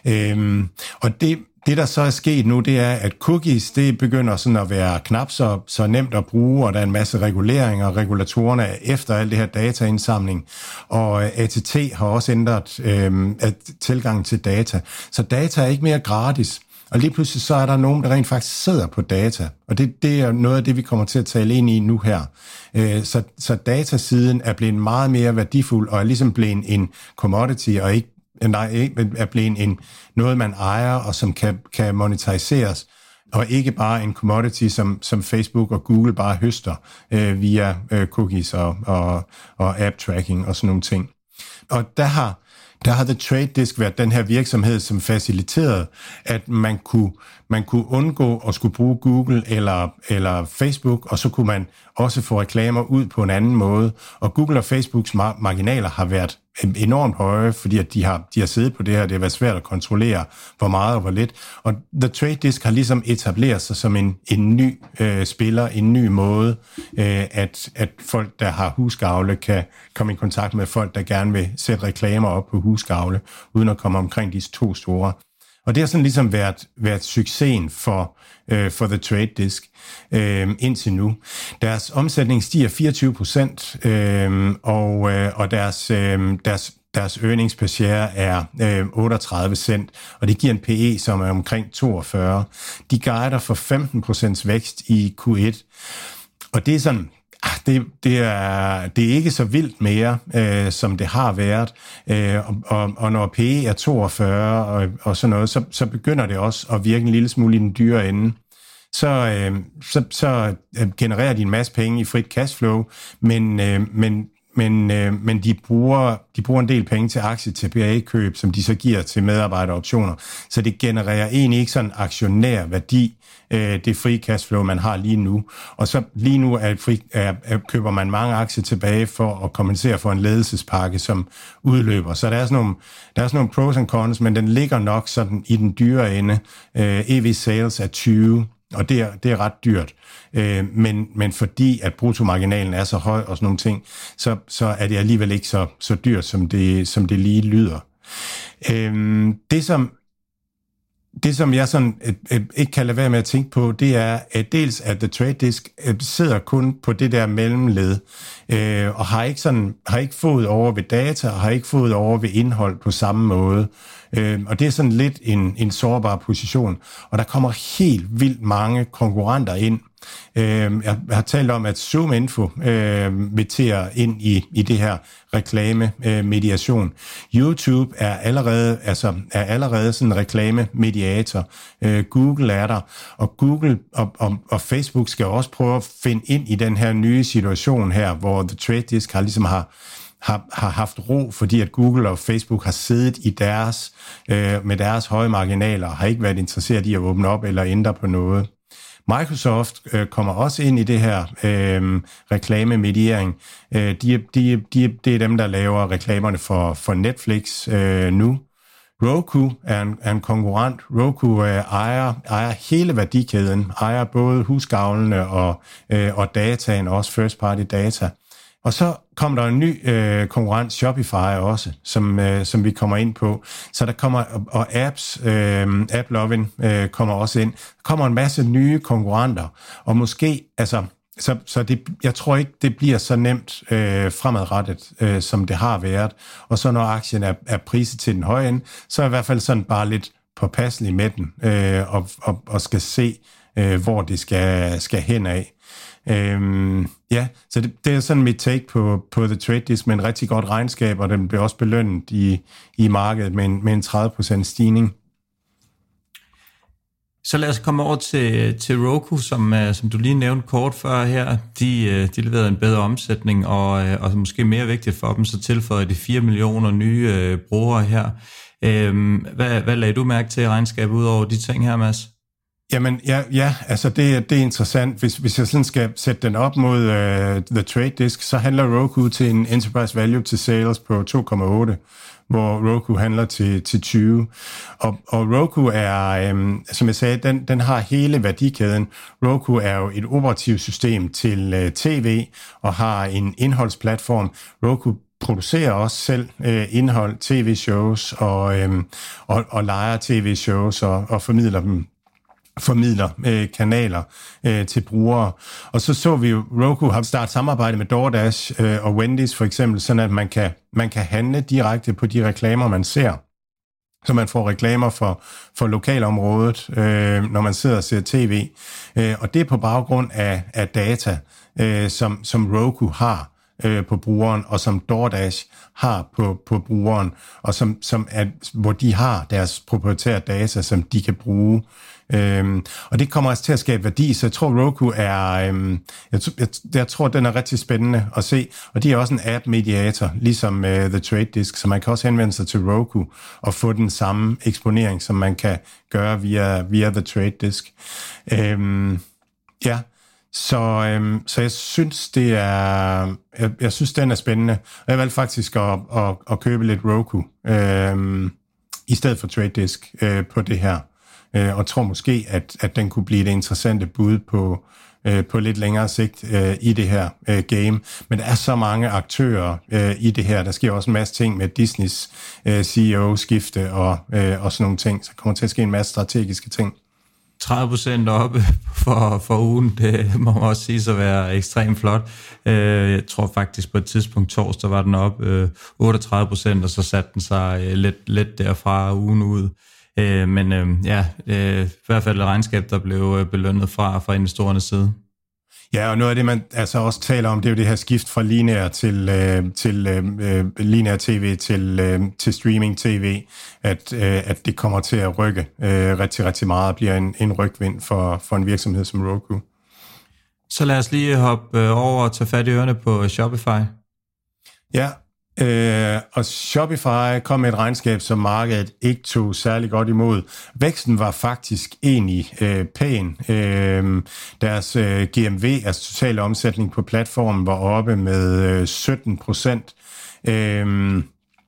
Øh, og det Det, der så er sket nu, det er, at cookies, det begynder sådan at være knap så, så nemt at bruge, og der er en masse reguleringer, og regulatorerne er efter alt det her dataindsamling, og A T T har også ændret øh, tilgangen til data. Så data er ikke mere gratis, og lige pludselig så er der nogen, der rent faktisk sidder på data, og det, det er noget af det, vi kommer til at tale ind i nu her. Øh, så, så datasiden er blevet meget mere værdifuld, og er ligesom blevet en commodity, og ikke Nej, er blevet en, noget, man ejer, og som kan, kan monetiseres, og ikke bare en commodity, som, som Facebook og Google bare høster øh, via øh, cookies og, og, og app-tracking og sådan nogle ting. Og der har, der har The Trade Desk været den her virksomhed, som faciliterede, at man kunne, man kunne undgå at skulle bruge Google eller, eller Facebook, og så kunne man også få reklamer ud på en anden måde. Og Google og Facebooks mar- marginaler har været enormt høje, fordi at de har, de har siddet på det her, det har været svært at kontrollere, hvor meget og hvor lidt. Og The Trade Desk har ligesom etableret sig som en, en ny øh, spiller, en ny måde, øh, at, at folk, der har husgavle, kan komme i kontakt med folk, der gerne vil sætte reklamer op på husgavle, uden at komme omkring disse to store. Og det har sådan ligesom været, været succesen for, øh, for The Trade Desk øh, indtil nu. Deres omsætning stiger fireogtyve procent, øh, og, øh, og deres, øh, deres, deres earnings per share er øh, otteogtredive cent, og det giver en P E, som er omkring toogfyrre. De guider for femten procent vækst i Q et, og det er sådan, Det, det, er, det er ikke så vildt mere, øh, som det har været, øh, og, og, og når P E er toogfyrre og, og sådan noget, så, så begynder det også at virke en lille smule i den dyre ende. Så, øh, så, så genererer de en masse penge i frit cashflow, men, øh, men, men, øh, men de, bruger, de bruger en del penge til aktie-tilbagekøb, som de så giver til medarbejderoptioner, så det genererer egentlig ikke sådan aktionær værdi, det frie cashflow, man har lige nu. Og så lige nu er fri, er, er, køber man mange aktier tilbage for at kompensere for en ledelsespakke, som udløber. Så der er sådan nogle, der er sådan nogle pros and cons, men den ligger nok sådan i den dyre ende. Øh, E V sales er tyve, og det er, det er ret dyrt. Øh, men, men fordi at bruttomarginalen er så høj og sådan nogle ting, så, så er det alligevel ikke så, så dyrt, som det, som det lige lyder. Øh, det som Det, som jeg sådan et, et, ikke kan lade være med at tænke på, det er, at dels at The Trade Desk sidder kun på det der mellemled, øh, og har ikke, sådan, har ikke fået over ved data, og har ikke fået over ved indhold på samme måde. Øh, og det er sådan lidt en, en sårbar position. Og der kommer helt vildt mange konkurrenter ind. Øh, jeg har talt om, at ZoomInfo øh, vil til ind i, i det her reklame-mediation. Øh, YouTube er allerede, altså, er allerede sådan en reklame-mediator. Øh, Google er der, og Google og, og, og Facebook skal også prøve at finde ind i den her nye situation her, hvor The Trade Desk har ligesom har Har, har haft ro, fordi at Google og Facebook har siddet i deres, øh, med deres høje marginaler, og har ikke været interesseret i at åbne op eller ændre på noget. Microsoft øh, kommer også ind i det her øh, reklamemediering. Øh, de, de, de, det er dem, der laver reklamerne for, for Netflix øh, nu. Roku er en, er en konkurrent. Roku øh, ejer, ejer hele værdikæden, ejer både husgavlene og, øh, og dataen, også first party data. Og så kommer der en ny øh, konkurrent, Shopify også, som, øh, som vi kommer ind på. Så der kommer, og apps, øh, AppLovin øh, kommer også ind. Der kommer en masse nye konkurrenter, og måske, altså, så, så det, jeg tror ikke, det bliver så nemt øh, fremadrettet, øh, som det har været. Og så når aktien er, er priset til den høje ende, så er i hvert fald sådan bare lidt påpasselig med den, øh, og, og, og skal se, øh, hvor det skal, skal hen af. Øhm, ja, så det, det er sådan mit take på, på The Trade Desk med en rigtig godt regnskab, og den bliver også belønnet i, i markedet med en, med en tredive procent stigning. Så lad os komme over til, til Roku, som, som du lige nævnte kort før her. De, de leverede en bedre omsætning, og, og måske mere vigtigt for dem, så tilføjer de fire millioner nye øh, brugere her. Øhm, hvad, hvad lagde du mærke til i regnskabet ud over de ting her, Mads? Jamen, ja, ja altså det, det er interessant. Hvis, hvis jeg sådan skal sætte den op mod uh, The Trade Desk, så handler Roku til en enterprise value til sales på to komma otte, hvor Roku handler til, til tyve. Og, og Roku er, um, som jeg sagde, den, den har hele værdikæden. Roku er jo et operativt system til uh, tv og har en indholdsplatform. Roku producerer også selv øh, indhold, tv-shows og, øhm, og, og lejer tv-shows og, og formidler dem formidler øh, kanaler øh, til brugere. Og så så vi jo, Roku har startet samarbejde med DoorDash øh, og Wendy's for eksempel, sådan at man kan, man kan handle direkte på de reklamer, man ser. Så man får reklamer for, for lokalområdet, øh, når man sidder og ser tv. Øh, og det er på baggrund af, af data, øh, som, som Roku har øh, på brugeren, og som DoorDash har på, på brugeren, og som, som er, hvor de har deres proprietære data, som de kan bruge. Øhm, og det kommer altså til at skabe værdi, så jeg tror Roku er, øhm, jeg, jeg, jeg tror den er rigtig spændende at se, og de er også en app-mediator, ligesom uh, The Trade Desk, så man kan også henvende sig til Roku og få den samme eksponering, som man kan gøre via, via The Trade Desk. Øhm, ja, så, øhm, så jeg synes det er, jeg, jeg synes den er spændende, og jeg valgte faktisk at, at, at købe lidt Roku øhm, i stedet for Trade Desk øh, på det her. Og tror måske, at, at den kunne blive et interessante bud på, øh, på lidt længere sigt øh, i det her øh, game. Men der er så mange aktører øh, i det her. Der sker også en masse ting med Disneys øh, C E O-skifte og, øh, og sådan nogle ting. Så kommer til at ske en masse strategiske ting. tredive procent oppe for, for ugen, det må man også sige så være ekstremt flot. Jeg tror faktisk på et tidspunkt torsdag var den op otteogtredive procent, og så satte den sig lidt, lidt derfra ugen ud. Øh, men øh, ja, øh, i hvert fald et regnskab, der blev belønnet fra, fra investorernes side. Ja, og noget af det, man altså også taler om, det er jo det her skift fra lineær til, øh, til øh, lineær tv til, øh, til streaming tv, at, øh, at det kommer til at rykke øh, rigtig, rigtig meget og bliver en, en rygvind for, for en virksomhed som Roku. Så lad os lige hoppe over og tage fat i ørerne på Shopify. Ja, øh, og Shopify kom med et regnskab, som markedet ikke tog særlig godt imod. Væksten var faktisk egentlig øh, pæn. Øh, deres øh, G M V, altså totale omsætning på platformen, var oppe med øh, sytten procent. Øh,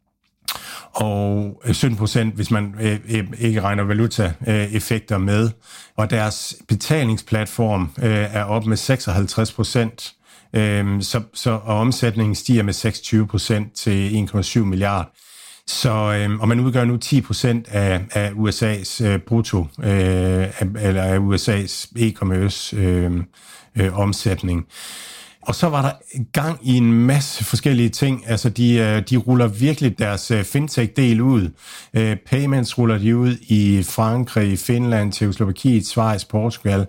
og sytten procent, hvis man øh, ikke regner valutaeffekter med. Og deres betalingsplatform øh, er oppe med seksoghalvtreds procent. Øhm, så, så, og omsætningen stiger med seksogtyve procent til en komma syv milliard. Så, øhm, og man udgør nu ti procent af, af U S A's øh, brutto, øh, eller af U S A's e-commerce øh, øh, omsætning. Og så var der gang i en masse forskellige ting. Altså, de, de ruller virkelig deres fintech-del ud. Payments ruller de ud i Frankrig, Finland, Tjekkoslovakiet, Schweiz, Portugal.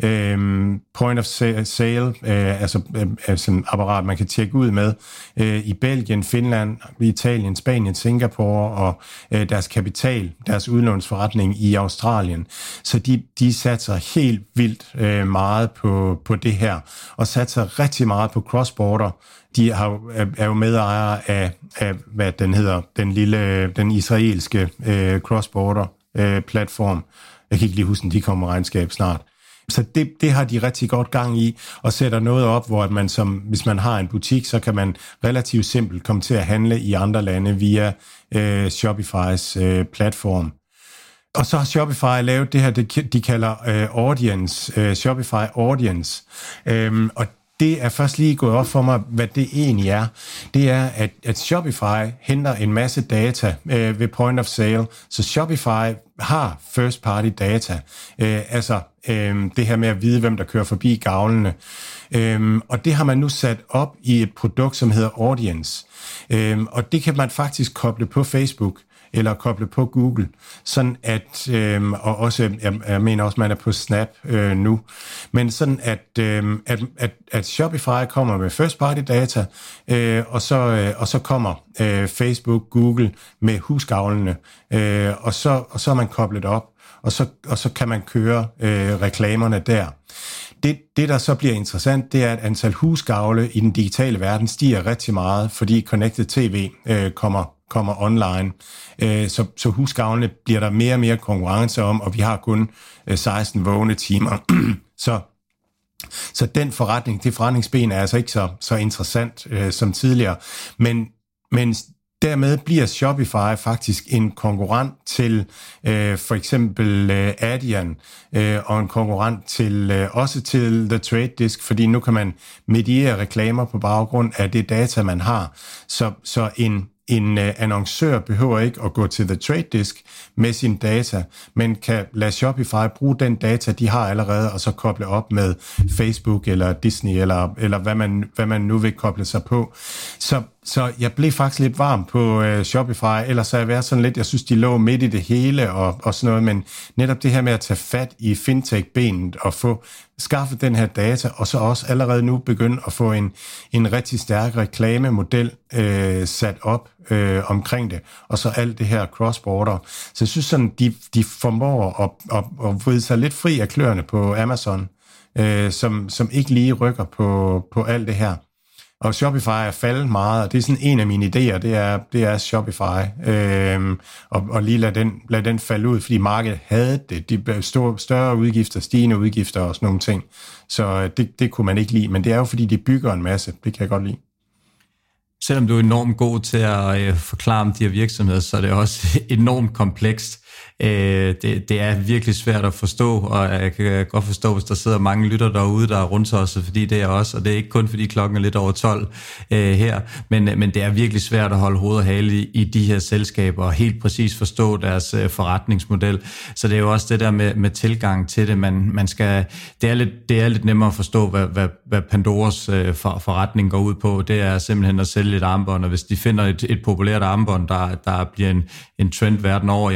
Point of sale, altså, altså en apparat, man kan tjekke ud med, i Belgien, Finland, Italien, Spanien, Singapore, og deres kapital, deres udlånsforretning i Australien. Så de, de satser helt vildt meget på, på det her, og satser rigtig meget på cross-border. De har, er jo medejere af, af, hvad den hedder, den lille, den israelske øh, cross-border øh, platform. Jeg kan ikke lige huske, de kommer med regnskab snart. Så det, det har de rigtig godt gang i, og sætter noget op, hvor man som, hvis man har en butik, så kan man relativt simpelt komme til at handle i andre lande via øh, Shopify's øh, platform. Og så har Shopify lavet det her, det de kalder øh, Audience, øh, Shopify Audience, øhm, og det er først lige gået op for mig, hvad det egentlig er. Det er, at, at Shopify henter en masse data øh, ved point of sale, så Shopify har first party data, øh, altså øh, det her med at vide, hvem der kører forbi gavlene. Øh, og det har man nu sat op i et produkt, som hedder Audience. Øh, og det kan man faktisk koble på Facebook, eller koble på Google, sådan at, øh, og også, jeg, jeg mener også, man er på Snap øh, nu, men sådan at, øh, at, at, at Shopify kommer med first party data, øh, og, så, øh, og så kommer øh, Facebook, Google med husgavlene, øh, og, så, og så er man koblet op, og så, og så kan man køre øh, reklamerne der. Det, det, der så bliver interessant, det er, at antal husgavle i den digitale verden stiger rigtig meget, fordi Connected T V øh, kommer kommer online. Så, så husgavlene bliver der mere og mere konkurrence om, og vi har kun seksten vågne timer. så, så den forretning, det forretningsben er altså ikke så, så interessant øh, som tidligere. Men, men dermed bliver Shopify faktisk en konkurrent til øh, for eksempel øh, Adyen, øh, og en konkurrent til øh, også til The Trade Desk, fordi nu kan man mediere reklamer på baggrund af det data, man har. Så, så en En uh, annoncør behøver ikke at gå til The Trade Desk med sin data, men kan lade Shopify bruge den data, de har allerede, og så koble op med Facebook eller Disney, eller, eller hvad, man, hvad man nu vil koble sig på. Så, så jeg blev faktisk lidt varm på uh, Shopify, ellers har jeg været sådan lidt, jeg synes, de lå midt i det hele og, og sådan noget, men netop det her med at tage fat i fintech-benet og få skaffet den her data, og så også allerede nu begynde at få en, en rigtig stærk reklamemodel øh, sat op øh, omkring det, og så alt det her cross-border. Så jeg synes sådan, de, de formår at, at, at vride sig lidt fri af kløerne på Amazon, øh, som, som ikke lige rykker på, på alt det her. Og Shopify er faldet meget, og det er sådan en af mine idéer, det er, det er Shopify, øhm, og, og lige lade den, lade den falde ud, fordi markedet havde det, de store, større udgifter, stigende udgifter og sådan nogle ting, så det, det kunne man ikke lide, men det er jo fordi, de bygger en masse, det kan jeg godt lide. Selvom du er enormt god til at øh, forklare om de her virksomheder, så er det også enormt komplekst. Øh, det, det er virkelig svært at forstå, og jeg kan godt forstå, hvis der sidder mange lytter derude, der er rundt os, fordi det er også, og det er ikke kun fordi klokken er lidt over tolv øh, her, men, men det er virkelig svært at holde hoved og hale i, i de her selskaber, og helt præcis forstå deres øh, forretningsmodel. Så det er jo også det der med, med tilgang til det, man, man skal, det er, lidt, det er lidt nemmere at forstå, hvad, hvad, hvad Pandoras øh, for, forretning går ud på. Det er simpelthen at sælge et armbånd, og hvis de finder et, et populært armbånd, der, der bliver en, en trend verden over, jamen så går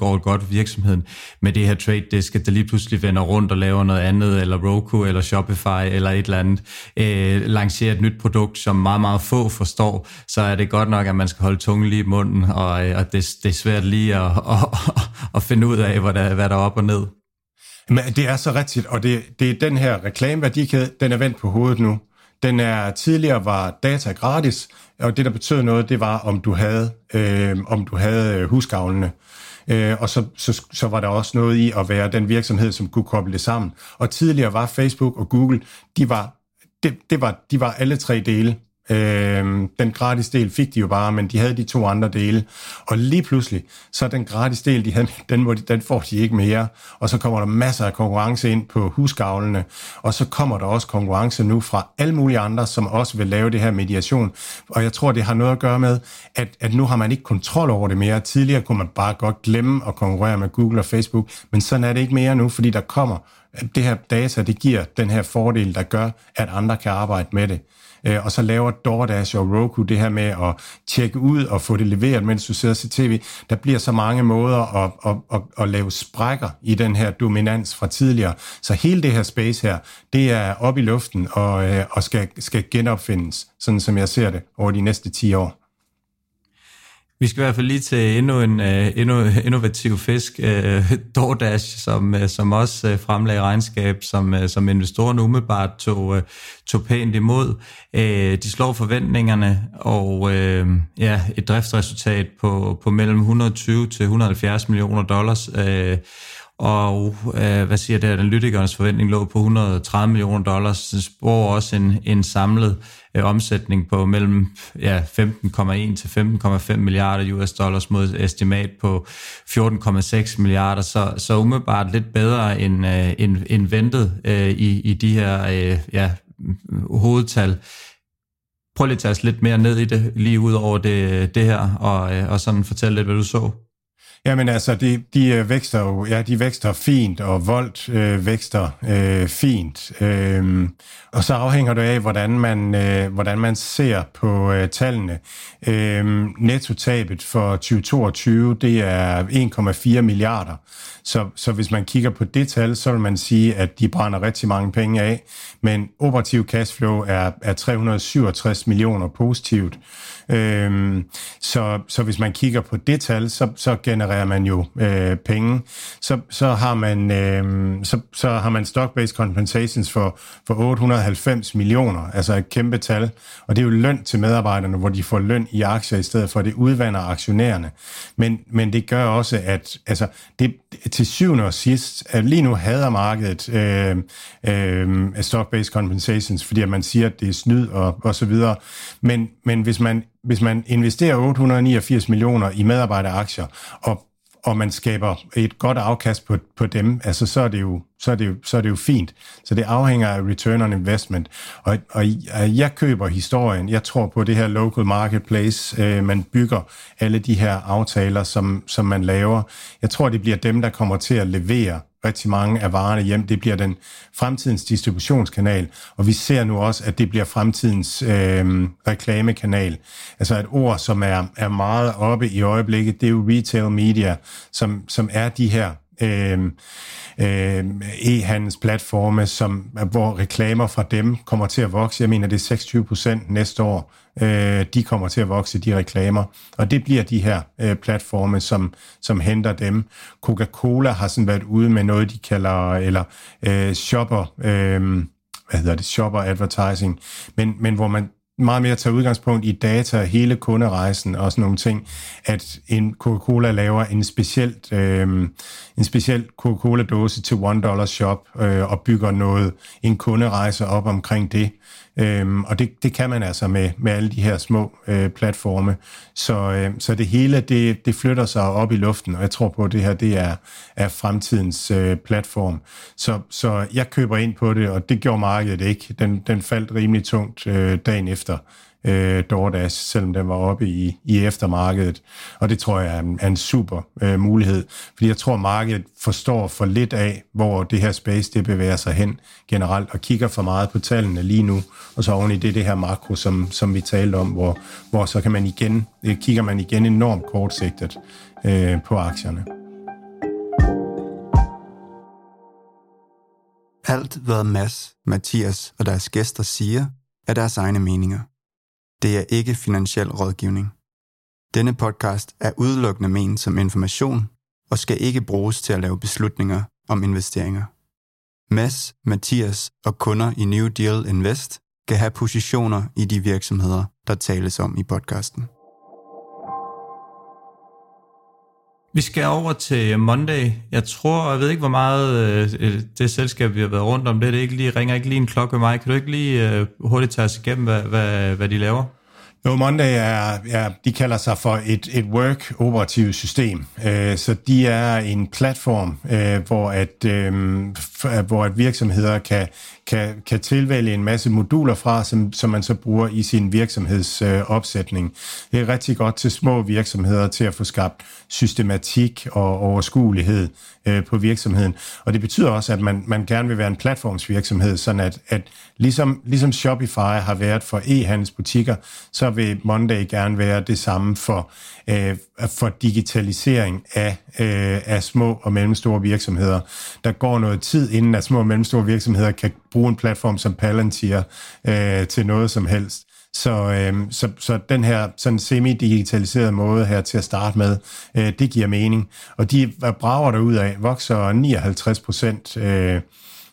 forstår godt virksomheden med det her trade disk, at det lige pludselig vender rundt og laver noget andet, eller Roku, eller Shopify, eller et eller andet, øh, lancerer et nyt produkt, som meget, meget få forstår, så er det godt nok, at man skal holde tungen lige i munden, og, og det, det er svært lige at, at, at finde ud af, hvad der, hvad der er op og ned. Men det er så rigtigt, og det, det er den her reklameværdikæde, den er vendt på hovedet nu. Den er tidligere var data gratis, og det der betød noget, det var om du havde øh, om du havde husgavlene. Øh, og så, så så var der også noget i at være den virksomhed, som kunne koble det sammen. Og tidligere var Facebook og Google, de var det, det var de var alle tre dele. Øh, den gratis del fik de jo bare, men de havde de to andre dele. Og lige pludselig, så den gratis del, de havde, den, må de, den får de ikke mere. Og så kommer der masser af konkurrence ind på husgavlene. Og så kommer der også konkurrence nu fra alle mulige andre, som også vil lave det her mediation. Og jeg tror, det har noget at gøre med, at, at nu har man ikke kontrol over det mere. Tidligere kunne man bare godt glemme at konkurrere med Google og Facebook, men sådan er det ikke mere nu, fordi der kommer det her data, det giver den her fordel, der gør, at andre kan arbejde med det. Og så laver DoorDash og Roku det her med at tjekke ud og få det leveret, mens du sidder og ser tv. Der bliver så mange måder at, at, at, at lave sprækker i den her dominans fra tidligere. Så hele det her space her, det er op i luften og, og skal, skal genopfindes, sådan som jeg ser det, over de næste ti år. Vi skal i hvert fald lige til endnu en uh, endnu innovativ fisk, uh, DoorDash, som, uh, som også uh, fremlagde regnskab, som, uh, som investorerne umiddelbart tog, uh, tog pænt imod. Uh, de slår forventningerne, og uh, ja, et driftsresultat på, på mellem et hundrede og tyve til et hundrede og halvfjerds millioner dollars, uh, og øh, hvad siger det, analytikernes forventning lå på et hundrede og tredive millioner dollars, det spår også en, en samlet øh, omsætning på mellem ja, femten komma en til femten komma fem milliarder U S dollars mod et estimat på fjorten komma seks milliarder, så, så umiddelbart lidt bedre end, øh, end, end ventet øh, i, i de her øh, ja, hovedtal. Prøv lige at tage os lidt mere ned i det, lige ud over det, det her, og, øh, og sådan fortælle lidt, hvad du så. Jamen altså, de, de vækster jo, ja, de vækster fint, og Volt øh, vækster øh, fint. Øh, og så afhænger det af, hvordan man, øh, hvordan man ser på øh, tallene. Øh, nettotabet for tyve toogtyve, det er en komma fire milliarder. Så, så hvis man kigger på det tal, så vil man sige, at de brænder rigtig mange penge af. Men operativ cashflow er, er tre hundrede og syvogtres millioner positivt. Øhm, så, så hvis man kigger på det tal, så, så genererer man jo øh, penge. Så, så, har man, øh, så, så har man stock-based compensations for, for otte hundrede og halvfems millioner, altså et kæmpe tal. Og det er jo løn til medarbejderne, hvor de får løn i aktier i stedet for, det udvander aktionærerne. Men, men det gør også, at altså, det, til syvende og sidst, at lige nu hader markedet øh, øh, stock-based compensations, fordi at man siger, at det er snyd og, og så videre. Men, men hvis man Hvis man investerer otte hundrede og niogfirs millioner i medarbejderaktier, og, og man skaber et godt afkast på, på dem, altså så er, det jo, så, er det jo, så er det jo fint. Så det afhænger af return on investment. Og, og jeg køber historien. Jeg tror på det her local marketplace. Øh, man bygger alle de her aftaler, som, som man laver. Jeg tror, det bliver dem, der kommer til at levere rigtig mange af varerne hjem. Det bliver den fremtidens distributionskanal, og vi ser nu også, at det bliver fremtidens øh, reklamekanal. Altså et ord, som er, er meget oppe i øjeblikket, det er jo retail media, som, som er de her øh, øh, e-handelsplatforme, som, hvor reklamer fra dem kommer til at vokse. Jeg mener, det er seksogtyve procent næste år. Øh, de kommer til at vokse, de reklamer. Og det bliver de her øh, platforme, som, som henter dem. Coca-Cola har sådan været ude med noget, de kalder, eller øh, shopper, øh, hvad hedder det, shopper advertising, men, men hvor man meget mere tager udgangspunkt i data, hele kunderejsen og sådan nogle ting, at en Coca-Cola laver en specielt øh, en speciel Coca-Cola-dåse til one dollar shop øh, og bygger noget, en kunderejse op omkring det. Øhm, og det, det kan man altså med, med alle de her små øh, platforme. Så, øh, så det hele, det, det flytter sig op i luften, og jeg tror på, at det her det er, er fremtidens øh, platform. Så, så jeg køber ind på det, og det gjorde markedet ikke. Den, den faldt rimelig tungt øh, dagen efter øh, DoorDash, selvom den var oppe i, i eftermarkedet. Og det tror jeg er en, er en super øh, mulighed, fordi jeg tror, markedet forstår for lidt af, hvor det her space det bevæger sig hen generelt, og kigger for meget på tallene lige nu, og så oven i det, det her makro, som, som vi talte om, hvor, hvor så kan man igen, kigger man igen enormt kortsigtet øh, på aktierne. Alt, hvad Mads, Mathias og deres gæster siger, er deres egne meninger. Det er ikke finansiel rådgivning. Denne podcast er udelukkende ment som information og skal ikke bruges til at lave beslutninger om investeringer. Mads, Mathias og kunder i New Deal Invest kan have positioner i de virksomheder, der tales om i podcasten. Vi skal over til Monday. Jeg tror, jeg ved ikke, hvor meget øh, det selskab, vi har været rundt om, det, det ikke lige, ringer ikke lige en klokke med mig. Kan du ikke lige øh, hurtigt tage os igennem, hvad, hvad, hvad de laver? Jo, Monday er, ja, de kalder sig for et, et work-operativt system. Øh, så de er en platform, øh, hvor, at, øh, hvor at virksomheder kan, kan, kan tilvælge en masse moduler fra, som, som man så bruger i sin virksomhedsopsætning. Øh, det er rigtig godt til små virksomheder til at få skabt systematik og overskuelighed øh, på virksomheden. Og det betyder også, at man, man gerne vil være en platformsvirksomhed, sådan at, at ligesom, ligesom Shopify har været for e-handelsbutikker, så vil Monday gerne være det samme for, øh, for digitalisering af, øh, af små og mellemstore virksomheder. Der går noget tid, inden at små og mellemstore virksomheder kan bruge en platform som Palantir øh, til noget som helst. Så, øh, så, så den her sådan semi-digitaliserede måde her til at starte med, øh, det giver mening. Og de brager derudad vokser nioghalvtreds procent øh,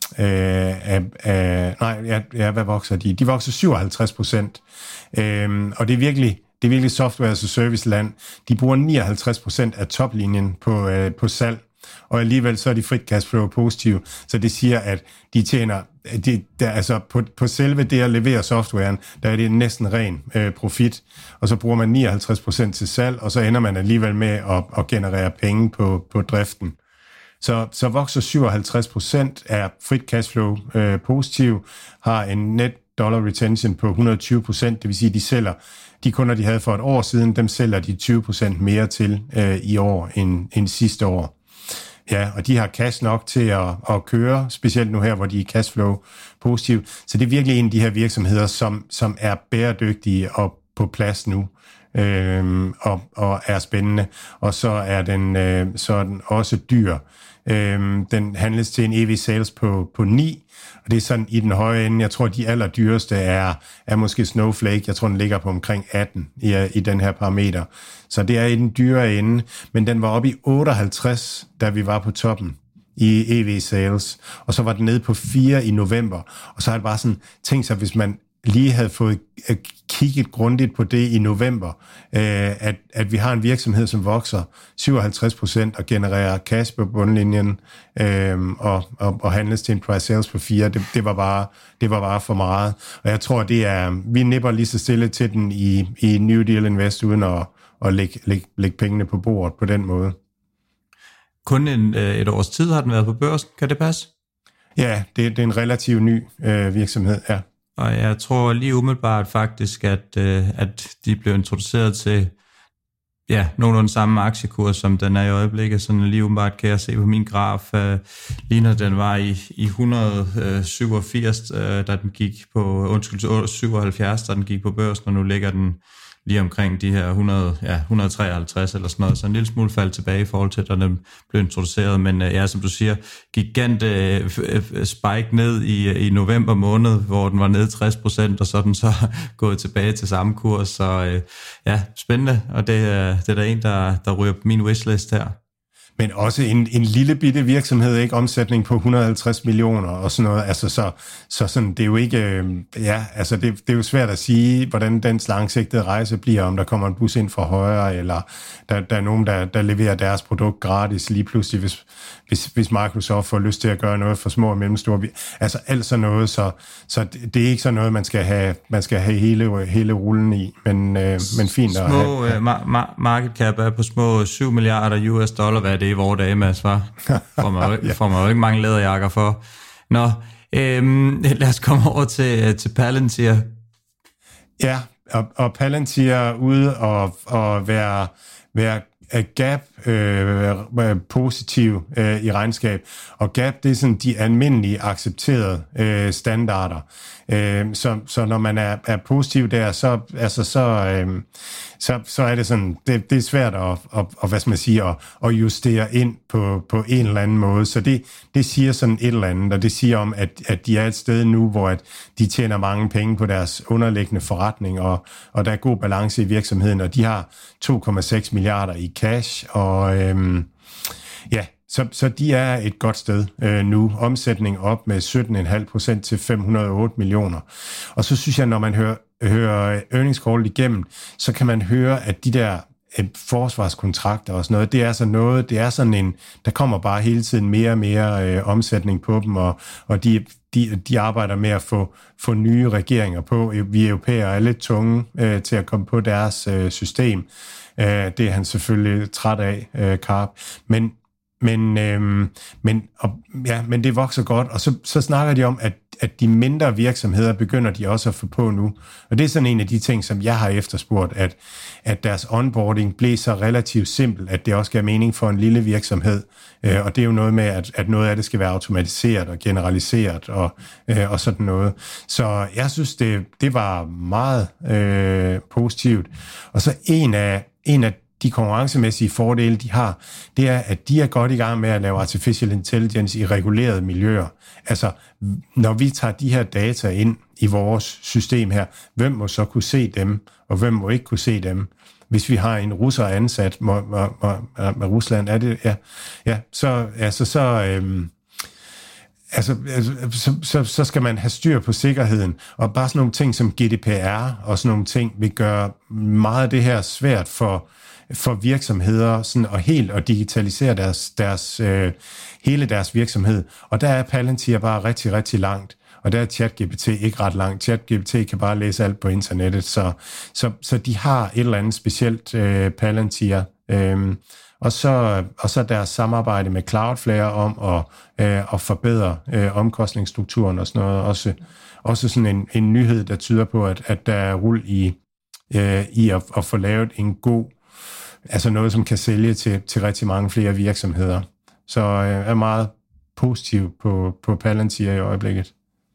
af, af, nej, ja, ja, hvad vokser de? De vokser syvoghalvtreds procent. Øhm, og det er virkelig, det er virkelig software as a service land. De bruger nioghalvtreds procent af toplinjen på, øh, på salg, og alligevel så er de frit cashflow positive. Så det siger, at de tjener, de, der, altså på, på selve det at levere softwaren, der er det næsten ren øh, profit, og så bruger man nioghalvtreds procent til salg, og så ender man alligevel med at, at generere penge på, på driften. Så, så vokser syvoghalvtreds procent, er frit cashflow øh, positiv, har en net dollar retention på et hundrede og tyve procent, det vil sige, at de sælger de kunder, de havde for et år siden, dem sælger de tyve procent mere til øh, i år end, end sidste år. Ja, og de har cash nok til at, at køre, specielt nu her, hvor de er cashflow positive. Så det er virkelig en af de her virksomheder, som, som er bæredygtige og på plads nu. Øhm, og, og er spændende, og så er den, øh, så er den også dyr. Øhm, den handles til en E V sales på, på ni, og det er sådan i den høje ende. Jeg tror, de allerdyreste er, er måske Snowflake. Jeg tror, den ligger på omkring atten i, i den her parameter. Så det er i den dyre ende, men den var oppe i otteoghalvtreds, da vi var på toppen i E V sales, og så var den nede på fire i november, og så har det bare sådan tænkt sig, hvis man lige havde fået kigget grundigt på det i november, at, at vi har en virksomhed, som vokser syvoghalvtreds procent og genererer cash på bundlinjen og, og, og handles til en price sales på fire. Det, det, var bare, det var bare for meget. Og jeg tror, det er, vi nipper lige så stille til den i, i New Deal Invest, uden at, at lægge, lægge, lægge pengene på bordet på den måde. Kun en, et års tid har den været på børsen. Kan det passe? Ja, det, det er en relativt ny øh, virksomhed, ja. Og jeg tror lige umiddelbart faktisk, at, øh, at de blev introduceret til ja, nogenlunde samme aktiekurs, som den er i øjeblikket. Sådan lige umiddelbart kan jeg se på min graf, øh, ligner den var i, i et hundrede og syvogfirs, øh, da den gik på, undskyld, syvoghalvfjerds, da den gik på børsen, og nu ligger den lige omkring de her hundrede, ja, et hundrede og treoghalvtreds eller sådan noget, så en lille smule faldt tilbage i forhold til, da den blev introduceret, men ja, som du siger, gigant øh, spike ned i, i november måned, hvor den var nede tres procent, og så er den så gået tilbage til samme kurs, så øh, ja, spændende, og det, det er der en, der, der ryger på min wishlist her. Men også en, en lille bitte virksomhed, ikke? Omsætning på et hundrede og halvtreds millioner og sådan noget. Altså, så, så sådan, det er jo ikke, øh, ja, altså, det, det er jo svært at sige, hvordan den langsigtede rejse bliver, om der kommer en bus ind fra højre, eller der, der er nogen, der, der leverer deres produkt gratis lige pludselig, hvis, hvis, hvis Microsoft får lyst til at gøre noget for små og mellemstore. Altså, alt sådan noget, så, så det, det er ikke sådan noget, man skal have, man skal have hele, hele rullen i, men, øh, men fint små, at have. Øh, ma- ma- market cap er på små syv milliarder U S dollar, hvad er det i vores dage, Mads, var? Får man jo, ja. får man jo ikke mange læderjakker for. Nå, øhm, lad os komme over til, til Palantir. Ja, og, og Palantir ude og, og være, være gap øh, positiv øh, i regnskab. Og gap, det er sådan de almindelige accepterede øh, standarder. Øh, så, så når man er, er positiv der, så, altså, så, øh, så, så er det sådan, det, det er svært at, at, at, hvad skal man sige, at, at justere ind på, på en eller anden måde. Så det, det siger sådan et eller andet, og det siger om, at, at de er et sted nu, hvor at de tjener mange penge på deres underliggende forretning, og, og der er god balance i virksomheden, og de har to komma seks milliarder i cash, og øhm, ja, så, så de er et godt sted øh, nu. Omsætning op med sytten komma fem procent til fem hundrede og otte millioner. Og så synes jeg, når man hører, hører earnings call igennem, så kan man høre, at de der forsvarskontrakter og sådan noget, det er så noget, det er sådan en, der kommer bare hele tiden mere og mere øh, omsætning på dem, og, og de, de, de arbejder med at få, få nye regeringer på. Vi europæere er lidt tunge øh, til at komme på deres øh, system. Øh, det er han selvfølgelig træt af, øh, Karp. Men Men, øhm, men, og, ja, men det vokser godt, og så, så snakker de om, at, at de mindre virksomheder begynder de også at få på nu. Og det er sådan en af de ting, som jeg har efterspurgt, at, at deres onboarding blev så relativt simpel, at det også giver mening for en lille virksomhed. Øh, og det er jo noget med, at, at noget af det skal være automatiseret og generaliseret og, øh, og sådan noget. Så jeg synes, det, det var meget øh, positivt. Og så en af, en af de konkurrencemæssige fordele, de har, det er, at de er godt i gang med at lave artificial intelligence i regulerede miljøer. Altså, når vi tager de her data ind i vores system her, hvem må så kunne se dem, og hvem må ikke kunne se dem? Hvis vi har en russer ansat med, med, med Rusland, er det, ja, ja så, altså, så, øhm, altså, så, så, så skal man have styr på sikkerheden, og bare sådan nogle ting som G D P R og sådan nogle ting vil gøre meget af det her svært for for virksomheder sådan, og helt at digitalisere deres, deres, øh, hele deres virksomhed. Og der er Palantir bare rigtig, rigtig langt. Og der er ChatGPT ikke ret langt. ChatGPT kan bare læse alt på internettet. Så, så, så de har et eller andet specielt øh, Palantir. Øhm, og, så, og så deres samarbejde med Cloudflare om at, øh, at forbedre øh, omkostningsstrukturen og sådan noget. Også, også sådan en, en nyhed, der tyder på, at, at der er rul i, øh, i at, at få lavet en god, altså noget, som kan sælge til, til rigtig mange flere virksomheder. Så jeg øh, er meget positiv på, på Palantir i øjeblikket.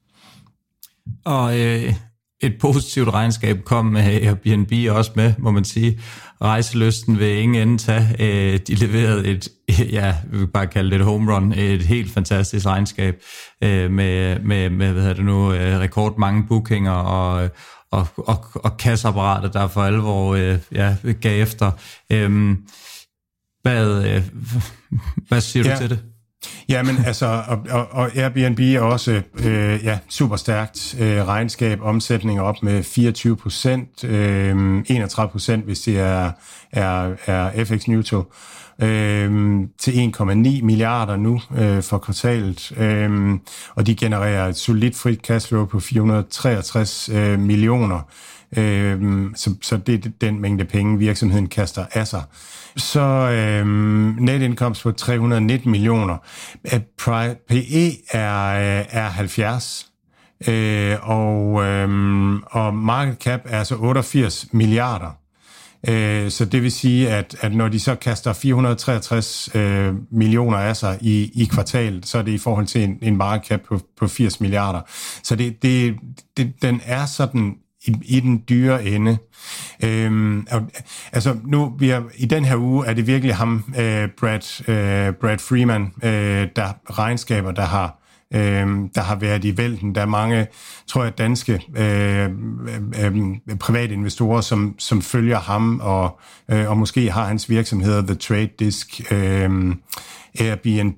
Og øh, et positivt regnskab kom med Airbnb også med, må man sige. Rejselysten vil ingen ende tage. Øh, de leverede et, ja, vi vil bare kalde det et home run, et helt fantastisk regnskab øh, med, med, med, hvad hedder det nu, øh, rekord mange bookinger og Og, og, og kasseapparater, der for alvor øh, ja, gav efter. Øhm, hvad, øh, hvad siger ja. du til det? Jamen, altså, og, og, og Airbnb er også øh, ja, super stærkt øh, regnskab, omsætning op med fireogtyve procent, øh, enogtredive procent, hvis det er, er, er F X neutral, øh, til en komma ni milliarder nu øh, for kvartalet, øh, og de genererer et solidt frit cashflow på fire hundrede og treogtres øh, millioner, øh, så, så det er den mængde penge, virksomheden kaster af sig. Så øh, netindkomst på tre hundrede og nitten millioner. P E er, er halvfjerds, øh, og, øh, og market cap er altså otteogfirs milliarder. Øh, så det vil sige, at, at når de så kaster fire hundrede og treogtres øh, millioner af sig i, i kvartalet, så er det i forhold til en, en market cap på, på firs milliarder. Så det, det, det, den er sådan i, i den dyre ende. Øhm, altså nu, vi har, i den her uge er det virkelig ham, øh, Brad, øh, Brad Freeman, øh, der regnskaber, der har, øh, der har været i vælten. Der er mange, tror jeg, danske øh, øh, private investorer, som, som følger ham, og, øh, og måske har hans virksomheder, The Trade Desk, øh, Airbnb,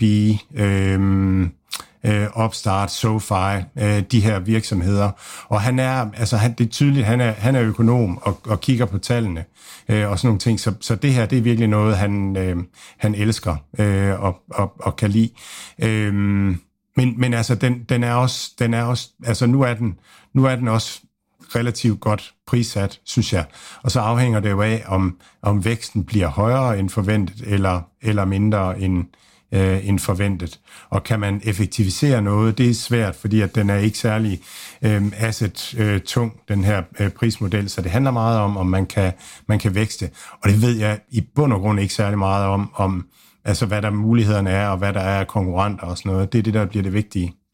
øh, Uh, Upstart, SoFi, uh, de her virksomheder. Og han er, altså han, det er tydeligt, han er, han er økonom og, og kigger på tallene uh, og sådan nogle ting. Så, så det her, det er virkelig noget, han, uh, han elsker uh, og, og, og kan lide. Uh, men, men altså, den, den er også, den er også, altså nu er den, nu er den også relativt godt prissat, synes jeg. Og så afhænger det jo af, om, om væksten bliver højere end forventet, eller, eller mindre end øh, end forventet. Og kan man effektivisere noget, det er svært, fordi at den er ikke særlig øh, asset-tung, øh, den her øh, prismodel, så det handler meget om, om man kan, man kan vækste. Og det ved jeg i bund og grund ikke særlig meget om, om altså hvad der mulighederne er, og hvad der er konkurrenter og sådan noget. Det er det, der bliver det vigtige.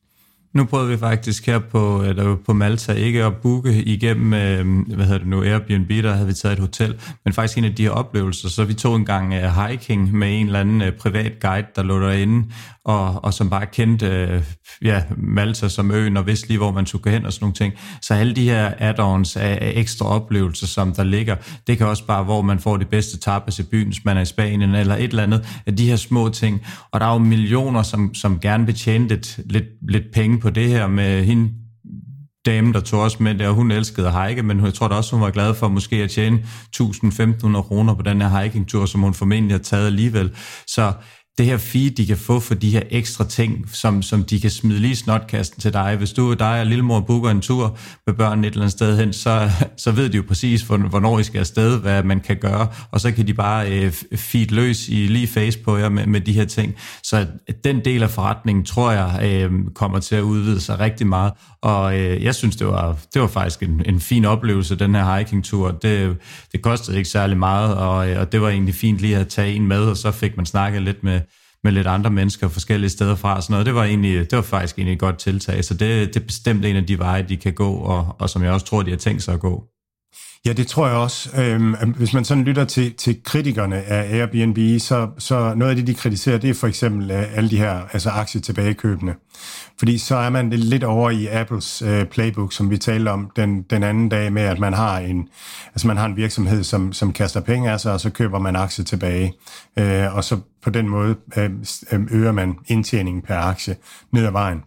Nu prøvede vi faktisk her på, eller på Malta ikke at booke igennem, hvad hedder det nu, Airbnb, der havde vi taget et hotel, men faktisk en af de her oplevelser, så vi tog en gang hiking med en eller anden privat guide, der lå derinde, og, og som bare kendte ja, Malta som øen, og vidste lige, hvor man skulle gå hen og sådan nogle ting. Så alle de her add-ons af, af ekstra oplevelser, som der ligger, det kan også bare, hvor man får det bedste tapas i byen, hvis man er i Spanien, eller et eller andet af de her små ting. Og der er jo millioner, som, som gerne vil tjene lidt, lidt, lidt penge på det her med hende, damen, der tog også med det, og hun elskede at hike, men jeg tror da også, hun var glad for måske at tjene tusind til femten hundrede kroner på den her hikingtur, som hun formentlig har taget alligevel. Så det her feed, de kan få for de her ekstra ting, som, som de kan smide lige i snotkasten til dig. Hvis du dig og lillemor booker en tur med børn et eller andet sted hen, så, så ved de jo præcis, hvornår I skal afsted, hvad man kan gøre, og så kan de bare øh, feed løs i lige face på jer med, med de her ting. Så den del af forretningen, tror jeg, øh, kommer til at udvide sig rigtig meget, og øh, jeg synes, det var, det var faktisk en, en fin oplevelse, den her hikingtur. Det, det kostede ikke særlig meget, og, og det var egentlig fint lige at tage en med, og så fik man snakket lidt med med lidt andre mennesker forskellige steder fra og sådan noget. Det var egentlig, det var faktisk egentlig et godt tiltag, så det, det er bestemt en af de veje, de kan gå, og, og som jeg også tror, de har tænkt sig at gå. Ja, det tror jeg også. Øhm, hvis man sådan lytter til, til kritikerne af Airbnb, så, så noget af det, de kritiserer, det er for eksempel alle de her altså aktietilbagekøbende. Fordi så er man lidt over i Apples øh, playbook, som vi talte om den, den anden dag med, at man har en, altså man har en virksomhed, som, som kaster penge af sig, og så køber man aktier tilbage. Øh, og så på den måde øh, øger man indtjeningen per aktie ned ad vejen.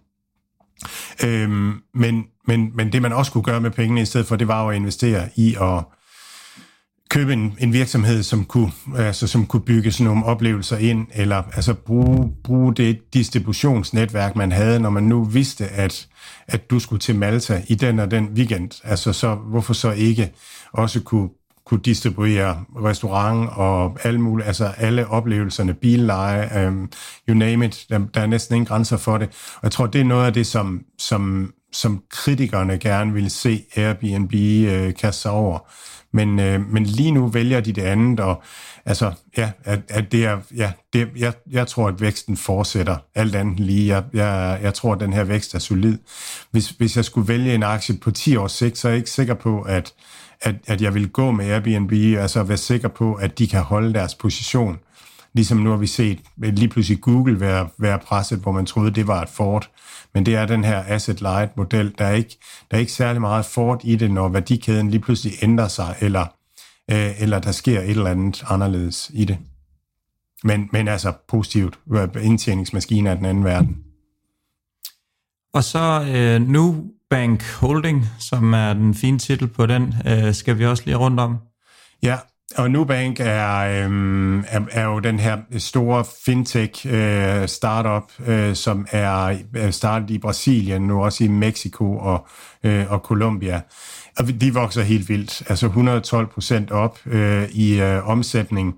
Øhm, men, men, men det man også kunne gøre med pengene i stedet for, det var at investere i at købe en, en virksomhed, som kunne, altså, som kunne bygge sådan nogle oplevelser ind, eller altså bruge, bruge det distributionsnetværk, man havde, når man nu vidste, at, at du skulle til Malta i den og den weekend. Altså så hvorfor så ikke også kunne kunne distribuere restaurant og alle mulige, altså alle oplevelserne, billeje, um, you name it, der, der er næsten ingen grænser for det. Og jeg tror, det er noget af det, som, som, som kritikerne gerne vil se Airbnb øh, kaste sig over. Men, øh, men lige nu vælger de det andet, og altså, ja, at, at det er, ja, det, jeg, jeg tror, at væksten fortsætter alt andet lige. Jeg, jeg, jeg tror, at den her vækst er solid. Hvis, hvis jeg skulle vælge en aktie på ti års sigt, så er jeg ikke sikker på, at At, at jeg vil gå med Airbnb, altså være sikker på, at de kan holde deres position. Ligesom nu har vi set lige pludselig Google være, være presset, hvor man troede, det var et Ford. Men det er den her asset-light-model. Der er, ikke, der er ikke særlig meget Ford i det, når værdikæden lige pludselig ændrer sig, eller, øh, eller der sker et eller andet anderledes i det. Men, men altså positivt. Indtjeningsmaskiner af den anden verden. Og så øh, nu Bank Holding, som er den fine titel på den, øh, skal vi også lige rundt om. Ja, og Nubank er, øhm, er, er jo den her store fintech øh, startup, øh, som er startet i Brasilien, nu også i Mexico og, øh, og Colombia. Og de vokser helt vildt, altså et hundrede og tolv procent op øh, i øh, omsætning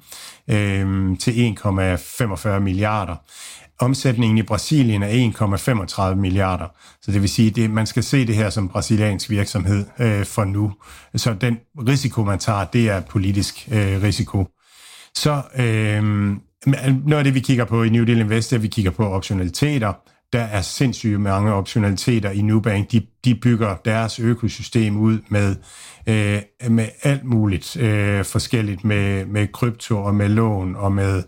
øh, til en komma femogfyrre milliarder. Omsætningen i Brasilien er en komma femogtredive milliarder, så det vil sige, at man skal se det her som brasiliansk virksomhed øh, for nu. Så den risiko, man tager, det er politisk øh, risiko. Så øh, noget af det, vi kigger på i New Deal Invest, det er, vi kigger på optionaliteter. Der er sindssygt mange optionaliteter i Nubank. De, de bygger deres økosystem ud med, øh, med alt muligt øh, forskelligt, med, med krypto og med lån og med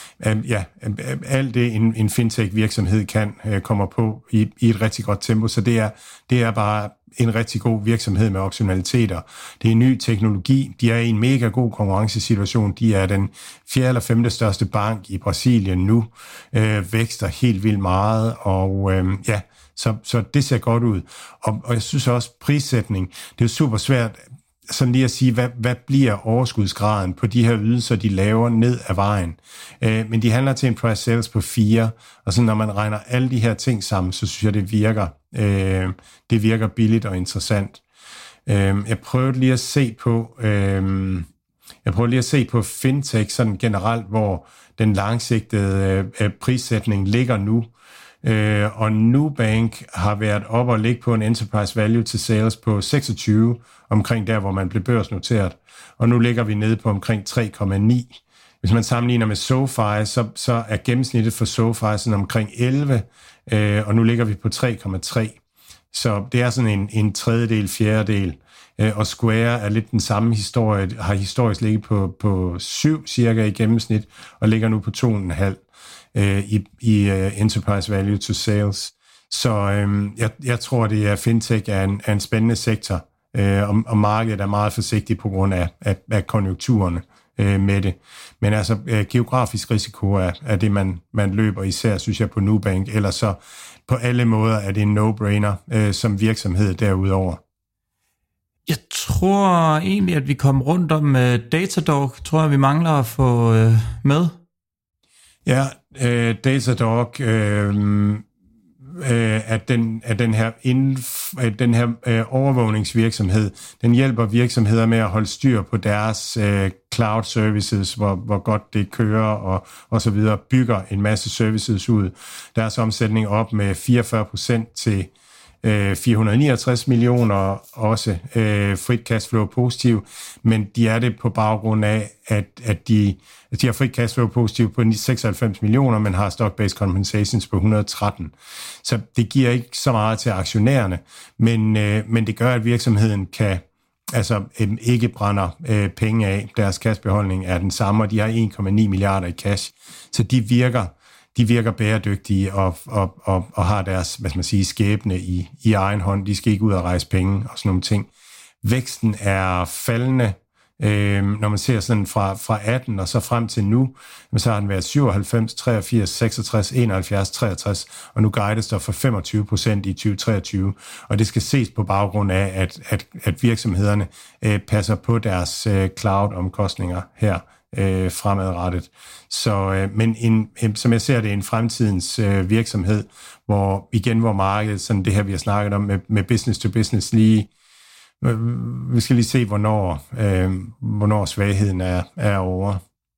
ja, alt det en, en fintech-virksomhed kan øh, kommer på i, i et rigtig godt tempo, så det er, det er bare en rigtig god virksomhed med optionaliteter. Det er ny teknologi, de er i en mega god konkurrencesituation, de er den fjerde eller femte største bank i Brasilien nu, øh, vækster helt vildt meget, og øh, ja, så, så det ser godt ud. Og, og jeg synes også, prissætning, det er super svært, sådan lige at sige, hvad, hvad bliver overskudsgraden på de her ydelser, de laver ned ad vejen. Øh, men de handler til en price sales på fire, og så når man regner alle de her ting sammen, så synes jeg, det virker, øh, det virker billigt og interessant. Øh, jeg prøvede lige at se på, øh, jeg prøvede lige at se på fintech sådan generelt, hvor den langsigtede øh, prissætning ligger nu. Øh, og Nubank har været op og ligge på en enterprise value til sales på seksogtyve, omkring der, hvor man blev børsnoteret. Og nu ligger vi nede på omkring tre komma ni. Hvis man sammenligner med SoFi, så, så er gennemsnittet for SoFi sådan omkring elleve, øh, og nu ligger vi på tre komma tre. Så det er sådan en, en tredjedel, fjerdedel. Øh, og Square er lidt den samme historie, har historisk ligget på, på syv cirka i gennemsnit, og ligger nu på to komma fem øh, i, i uh, enterprise value to sales. Så øh, jeg, jeg tror, det er fintech er en, er en spændende sektor, øh, og, og markedet er meget forsigtigt på grund af, af, af konjunkturerne øh, med det. Men altså, øh, geografisk risiko er, er det, man, man løber, især synes jeg på Nubank, eller så på alle måder er det en no-brainer øh, som virksomhed derudover. Jeg tror egentlig, at vi kom rundt om uh, Datadog, tror jeg, vi mangler at få uh, med. Ja, øh, Datadog øh, øh, at den, at den her, indf- at den her øh, overvågningsvirksomhed, den hjælper virksomheder med at holde styr på deres øh, cloud services, hvor, hvor godt det kører og, og så videre, bygger en masse services ud. Deres omsætning op med fireogfyrre procent til øh, fire hundrede og niogtres millioner, også øh, frit cashflow positiv, men de er det på baggrund af, at, at de, at de har frit cashflow positiv på seksoghalvfems millioner, men har stock-based compensations på et hundrede og tretten. Så det giver ikke så meget til aktionærerne, men, øh, men det gør, at virksomheden kan altså øh, ikke brænder øh, penge af. Deres cashbeholdning er den samme, og de har en komma ni milliarder i cash, så de virker de virker bæredygtige og, og, og, og har deres, hvad skal man sige, skæbne i, i egen hånd. De skal ikke ud og rejse penge og sådan nogle ting. Væksten er faldende, øh, når man ser sådan fra, fra atten og så frem til nu, så har den været syvoghalvfems, treogfirs, seksogtres, enoghalvfjerds, treogtres, og nu guides der for femogtyve procent i tyve treogtyve, og det skal ses på baggrund af, at, at, at virksomhederne øh, passer på deres øh, cloud-omkostninger her øh, fremadrettet. Så, øh, men en, en, som jeg ser det, en fremtidens øh, virksomhed, hvor igen, hvor markedet, sådan det her, vi har snakket om med, med business to business, lige, øh, vi skal lige se, hvornår, øh, hvornår svagheden er, er over.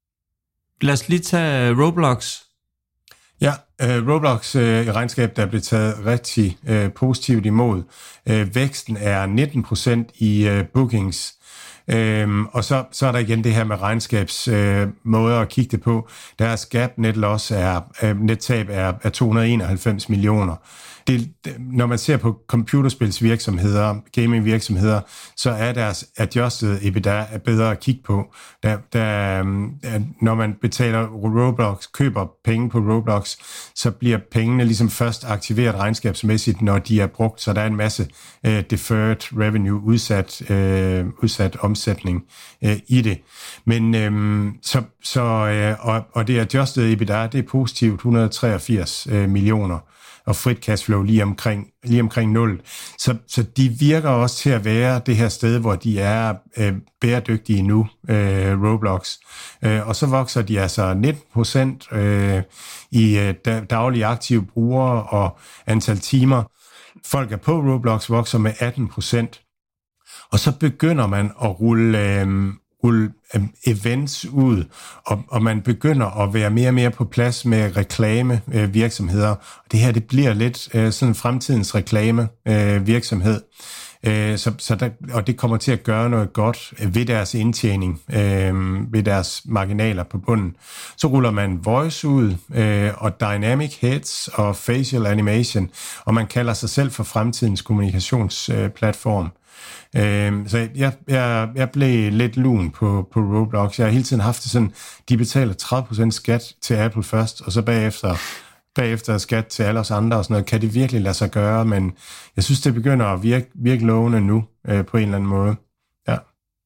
Lad os lige tage Roblox. Ja, øh, Roblox øh, regnskab, der er blevet taget rigtig øh, positivt imod. Øh, væksten er nitten procent i øh, bookings. Øhm, og så, så er der igen det her med regnskabsmåder øh, at kigge det på. Deres gap net loss er, øh, nettab er, er to hundrede og enoghalvfems millioner. Det, det, når man ser på computerspilsvirksomheder, gamingvirksomheder, så er deres adjusted EBITDA bedre at kigge på. Der, der, når man betaler Roblox, køber penge på Roblox, så bliver pengene ligesom først aktiveret regnskabsmæssigt, når de er brugt, så der er en masse uh, deferred revenue, udsat, uh, udsat omsætning uh, i det. Men um, så, så uh, og, og det adjusted EBITDA, det er positivt et hundrede og treogfirs uh, millioner. Og frit cashflow lige omkring, lige omkring nul. Så, så de virker også til at være det her sted, hvor de er øh, bæredygtige nu, øh, Roblox. Øh, og så vokser de altså nitten procent øh, i øh, daglige aktive brugere, og antal timer. Folk er på Roblox vokser med atten procent. Og så begynder man at rulle... Øh, rulle events ud, og, og man begynder at være mere og mere på plads med reklamevirksomheder. Øh, det her, det bliver lidt øh, sådan fremtidens reklamevirksomhed. Øh, så, så der, og det kommer til at gøre noget godt ved deres indtjening, øh, ved deres marginaler på bunden. Så ruller man voice ud, øh, og dynamic heads og facial animation, og man kalder sig selv for fremtidens kommunikationsplatform. Øh, så jeg, jeg, jeg blev lidt lun på, på Roblox. Jeg har hele tiden haft det sådan, de betaler tredive procent skat til Apple først, og så bagefter, bagefter skat til alle os andre og sådan noget. Kan det virkelig lade sig gøre? Men jeg synes, det begynder at virke, virke lovende nu øh, på en eller anden måde. Ja.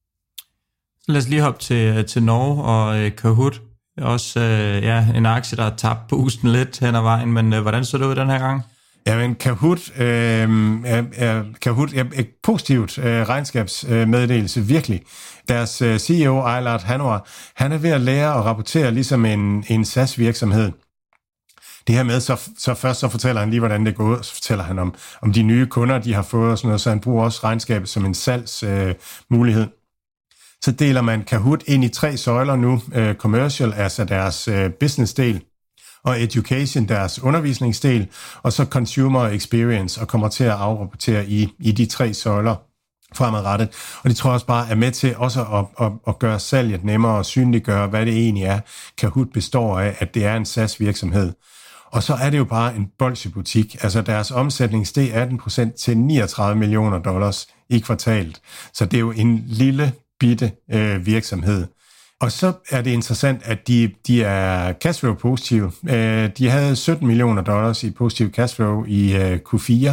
Lad os lige hoppe til, til Norge og øh, Kahoot. Også øh, ja, en aktie, der har tabt pusten lidt hen ad vejen, men øh, hvordan så det ud den her gang? Jamen, Kahoot, øh, er, er, Kahoot er et positivt øh, regnskabsmeddelelse, øh, virkelig. Deres øh, C E O, Eilert Hanauer, han er ved at lære at rapportere ligesom en, en SaaS-virksomhed. Det her med, så, så først så fortæller han lige, hvordan det går, så fortæller han om, om de nye kunder, de har fået og sådan noget, så han bruger også regnskabet som en salgsmulighed. Øh, så deler man Kahoot ind i tre søjler nu. Øh, commercial, altså deres øh, business-del, og education, deres undervisningsdel, og så consumer experience, og kommer til at afrapportere i, i de tre søjler fremadrettet. Og det tror jeg også bare er med til også at, at, at gøre salget nemmere og synliggøre, hvad det egentlig er, Kahoot består af, at det er en SaaS-virksomhed. Og så er det jo bare en bolsjebutik. Altså deres omsætning steg atten procent til niogtredive millioner dollars i kvartalet. Så det er jo en lille bitte øh, virksomhed. Og så er det interessant, at de, de er cashflow positive. Øh, de havde sytten millioner dollars i positiv cashflow i øh, Q fire,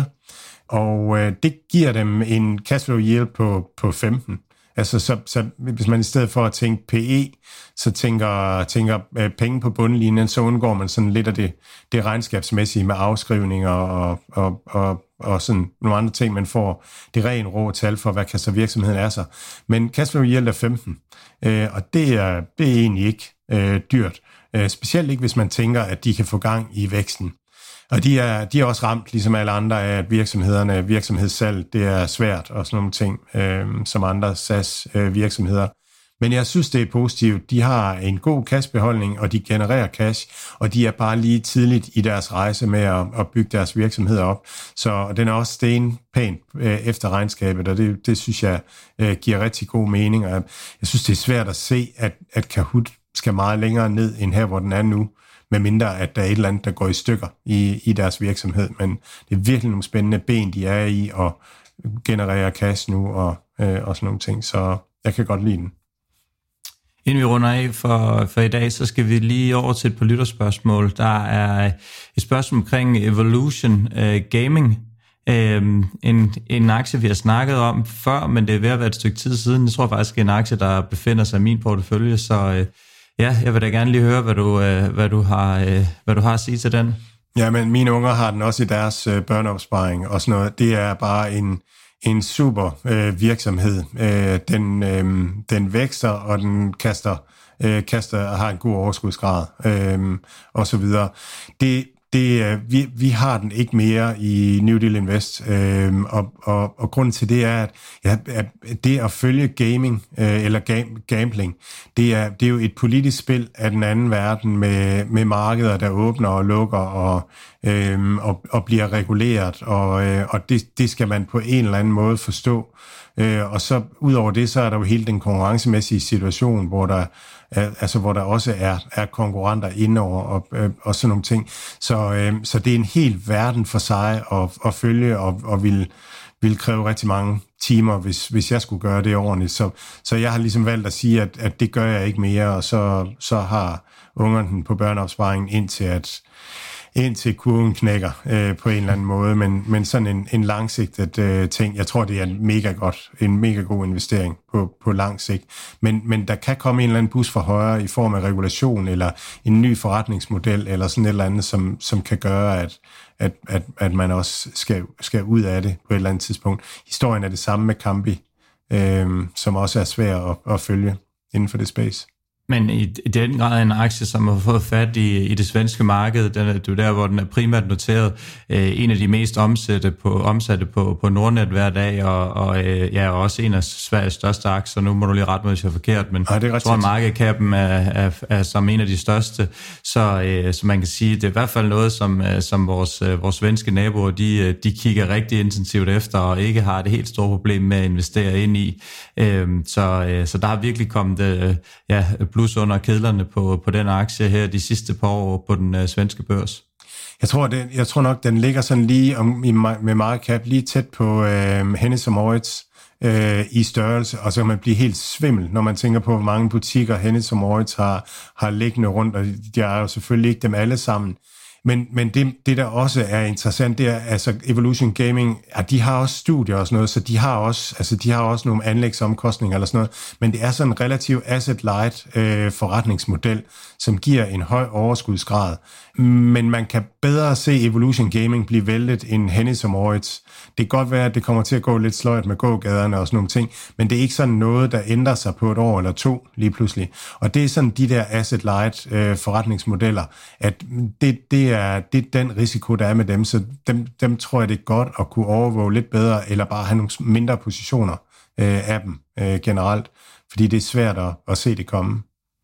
og øh, det giver dem en cashflow yield på, på femten. Altså, så, så hvis man i stedet for at tænke P E, så tænker, tænker øh, penge på bundlinjen, så undgår man sådan lidt af det, det regnskabsmæssige med afskrivninger og, og, og, og sådan nogle andre ting, man får det rene rå tal for, hvad kaster virksomheden er sig. Men cashflow yield er femten, øh, og det er, det er egentlig ikke øh, dyrt. Øh, specielt ikke, hvis man tænker, at de kan få gang i væksten. Og de er, de er også ramt, ligesom alle andre, af at virksomhederne, virksomhedssalg, det er svært og sådan nogle ting, øh, som andre SaaS-virksomheder. Øh, Men jeg synes, det er positivt. De har en god cashbeholdning, og de genererer cash, og de er bare lige tidligt i deres rejse med at, at bygge deres virksomheder op. Så den er også stenpænt øh, efter regnskabet, og det, det synes jeg øh, giver rigtig god mening. Og jeg, jeg synes, det er svært at se, at, at Kahoot skal meget længere ned, end her, hvor den er nu, med mindre at der er et eller andet, der går i stykker i, i deres virksomhed. Men det er virkelig nogle spændende ben, de er i, og genererer cash nu, og, øh, og sådan nogle ting. Så jeg kan godt lide den. Inden vi runder af for, for i dag, så skal vi lige over til et par lytterspørgsmål. Der er et spørgsmål omkring Evolution uh, Gaming. Um, en, en aktie, vi har snakket om før, men det er ved at være et stykke tid siden. Jeg tror faktisk, det er en aktie, der befinder sig i min portefølje, så... Uh, Ja, jeg vil da gerne lige høre, hvad du, øh, hvad du, har, øh, hvad du har at sige til den. Ja, men mine unger har den også i deres øh, børneopsparing og sådan noget. Det er bare en, en super øh, virksomhed. Øh, den, øh, den vækster, og den kaster, øh, kaster har en god overskudsgrad øh, og så videre. Det Det, vi, vi har den ikke mere i New Deal Invest, øh, og, og, og grunden til det er, at, ja, at det at følge gaming øh, eller gam, gambling, det er, det er jo et politisk spil af den anden verden med, med markeder, der åbner og lukker og, øh, og, og bliver reguleret, og, øh, og det, det skal man på en eller anden måde forstå. Øh, og så ud over det, så er der jo hele den konkurrencemæssige situation, hvor der altså hvor der også er, er konkurrenter indover og, øh, og sådan nogle ting. Så, øh, så det er en hel verden for sig at, at følge, og, og vil, vil kræve rigtig mange timer, hvis, hvis jeg skulle gøre det ordentligt. Så, så jeg har ligesom valgt at sige, at, at det gør jeg ikke mere, og så, så har ungerne den på børneopsparingen indtil at indtil kurven knækker øh, på en eller anden måde, men, men sådan en, en langsigtet øh, ting. Jeg tror, det er en mega godt, en mega god investering på, på lang sigt. Men, men der kan komme en eller anden bus fra højre i form af regulation, eller en ny forretningsmodel, eller sådan et eller andet, som, som kan gøre, at, at, at, at man også skal, skal ud af det på et eller andet tidspunkt. Historien er det samme med Kambi, øh, som også er svær at, at følge inden for det space. Men i, i den grad en aktie, som har fået fat i, i det svenske marked, den er, det er der, hvor den er primært noteret. Øh, en af de mest omsatte på, omsatte på, på Nordnet hver dag, og, og øh, ja, også en af Sveriges største aktier. Nu må du lige rette mig, hvis jeg er forkert, men Ej, jeg tror, at markedcapen er, er, er som en af de største. Så, øh, så man kan sige, det er i hvert fald noget, som, som vores, vores svenske naboer, de, de kigger rigtig intensivt efter, og ikke har det helt store problem med at investere ind i. Øh, så, øh, så der har virkelig kommet øh, ja, plus under kedlerne på, på den aktie her de sidste par år på den øh, svenske børs. Jeg tror, det, jeg tror nok, den ligger sådan lige om, i, med market cap lige tæt på øh, Hennes og Mauritz øh, i størrelse, og så kan man blive helt svimmel, når man tænker på, hvor mange butikker Hennes og Mauritz har, har liggende rundt, og de er jo selvfølgelig ikke dem alle sammen. Men, men det, det, der også er interessant, det er, altså Evolution Gaming, ja, de har også studier og sådan noget, så de har også, altså de har også nogle anlægsomkostninger eller sådan noget, men det er sådan en relativt asset-light øh, forretningsmodel, som giver en høj overskudsgrad. Men man kan bedre se Evolution Gaming blive væltet end Hennes og Mauritz. Det kan godt være, at det kommer til at gå lidt sløjt med gågaderne og sådan nogle ting, men det er ikke sådan noget, der ændrer sig på et år eller to lige pludselig. Og det er sådan de der asset-light øh, forretningsmodeller, at det, det, er, det er den risiko, der er med dem, så dem, dem tror jeg, det er godt at kunne overvåge lidt bedre, eller bare have nogle mindre positioner øh, af dem øh, generelt, fordi det er svært at, at se det komme.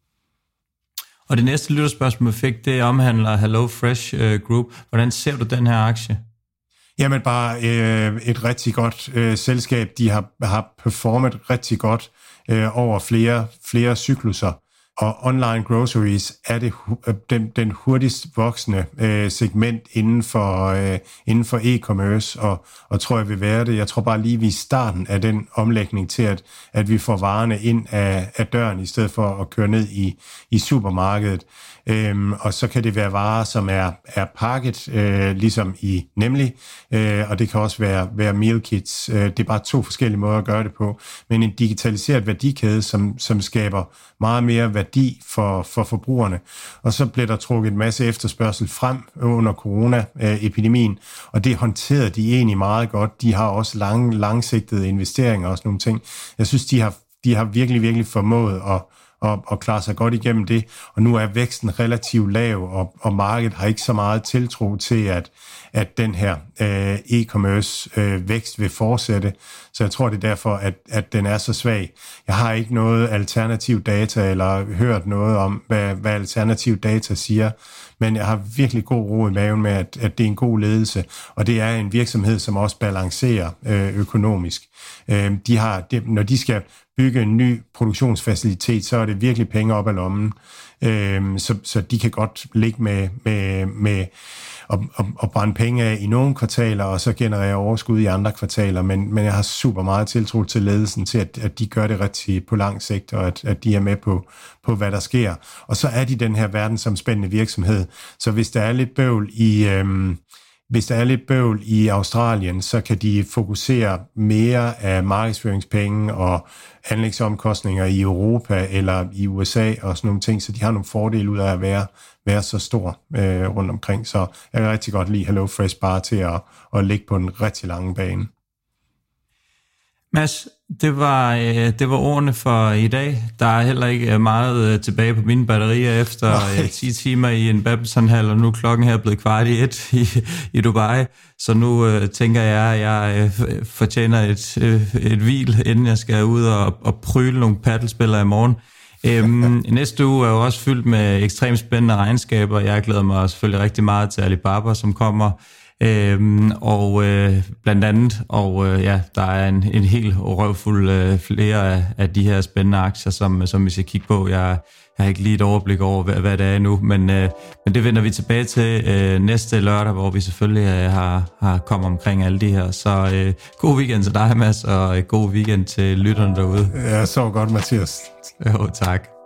Og det næste lytterspørgsmål, vi fik, det omhandler Hello Fresh Group. Hvordan ser du den her aktie? Jamen bare øh, et rigtig godt øh, selskab. De har, har performet rigtig godt øh, over flere, flere cykluser. Og online groceries er det den, den hurtigst voksende øh, segment inden for, øh, inden for e-commerce, og, og tror jeg vil være det. Jeg tror bare lige, vi er i starten af den omlægning til, at, at vi får varerne ind af, af døren, i stedet for at køre ned i, i supermarkedet. Øhm, og så kan det være varer, som er, er pakket, øh, ligesom i Nemlig, øh, og det kan også være, være meal kits. Øh, det er bare to forskellige måder at gøre det på. Men en digitaliseret værdikæde, som, som skaber meget mere værdi for, for forbrugerne. Og så blev der trukket en masse efterspørgsel frem under corona-epidemien, og det håndterede de egentlig meget godt. De har også lange, langsigtede investeringer og sådan nogle ting. Jeg synes, de har, de har virkelig, virkelig formået at Og, og klare sig godt igennem det, og nu er væksten relativt lav, og, og markedet har ikke så meget tiltro til, at, at den her øh, e-commerce øh, vækst vil fortsætte, så jeg tror, det er derfor, at, at den er så svag. Jeg har ikke noget alternativ data, eller hørt noget om, hvad, hvad alternativ data siger, men jeg har virkelig god ro i maven med, at, at det er en god ledelse, og det er en virksomhed, som også balancerer øh, økonomisk. Øh, de har, det, når de skal bygge en ny produktionsfacilitet, så er det virkelig penge op ad lommen. Øhm, så, så de kan godt ligge med, med, med at, at, at brænde penge af i nogle kvartaler, og så generere overskud i andre kvartaler. Men, men jeg har super meget tiltro til ledelsen, til at, at de gør det rigtigt på lang sigt, og at, at de er med på, på, hvad der sker. Og så er de den her verdensomspændende virksomhed. Så hvis der er lidt bøvl i... Øhm, Hvis der er lidt bøvl i Australien, så kan de fokusere mere af markedsføringspenge og anlægsomkostninger i Europa eller i U S A og sådan nogle ting, så de har nogle fordele ud af at være, være så stor øh, rundt omkring. Så jeg kan rigtig godt lide HelloFresh bare til at, at ligge på en rigtig lang bane. Mads, det var, det var ordene for i dag. Der er heller ikke meget tilbage på mine batterier efter Nej. ti timer i en badmintonhal, og nu er klokken her blevet kvart i et i, i Dubai. Så nu øh, tænker jeg, at jeg øh, fortjener et, øh, et hvil, inden jeg skal ud og, og pryle nogle paddelspillere i morgen. Øhm, næste uge er jo også fyldt med ekstremt spændende regnskaber. Jeg glæder mig selvfølgelig rigtig meget til Alibaba, som kommer. Øhm, og øh, blandt andet, og øh, ja, der er en, en helt røvfuld øh, flere af, af de her spændende aktier, som, som vi skal kigge på. Jeg, jeg har ikke lige et overblik over, hvad, hvad det er nu, men, øh, men det vender vi tilbage til øh, næste lørdag, hvor vi selvfølgelig øh, har, har kommet omkring alle de her. Så øh, god weekend til dig, Mads, og øh, god weekend til lytterne derude. Ja, så godt, Mathias. Jo, tak.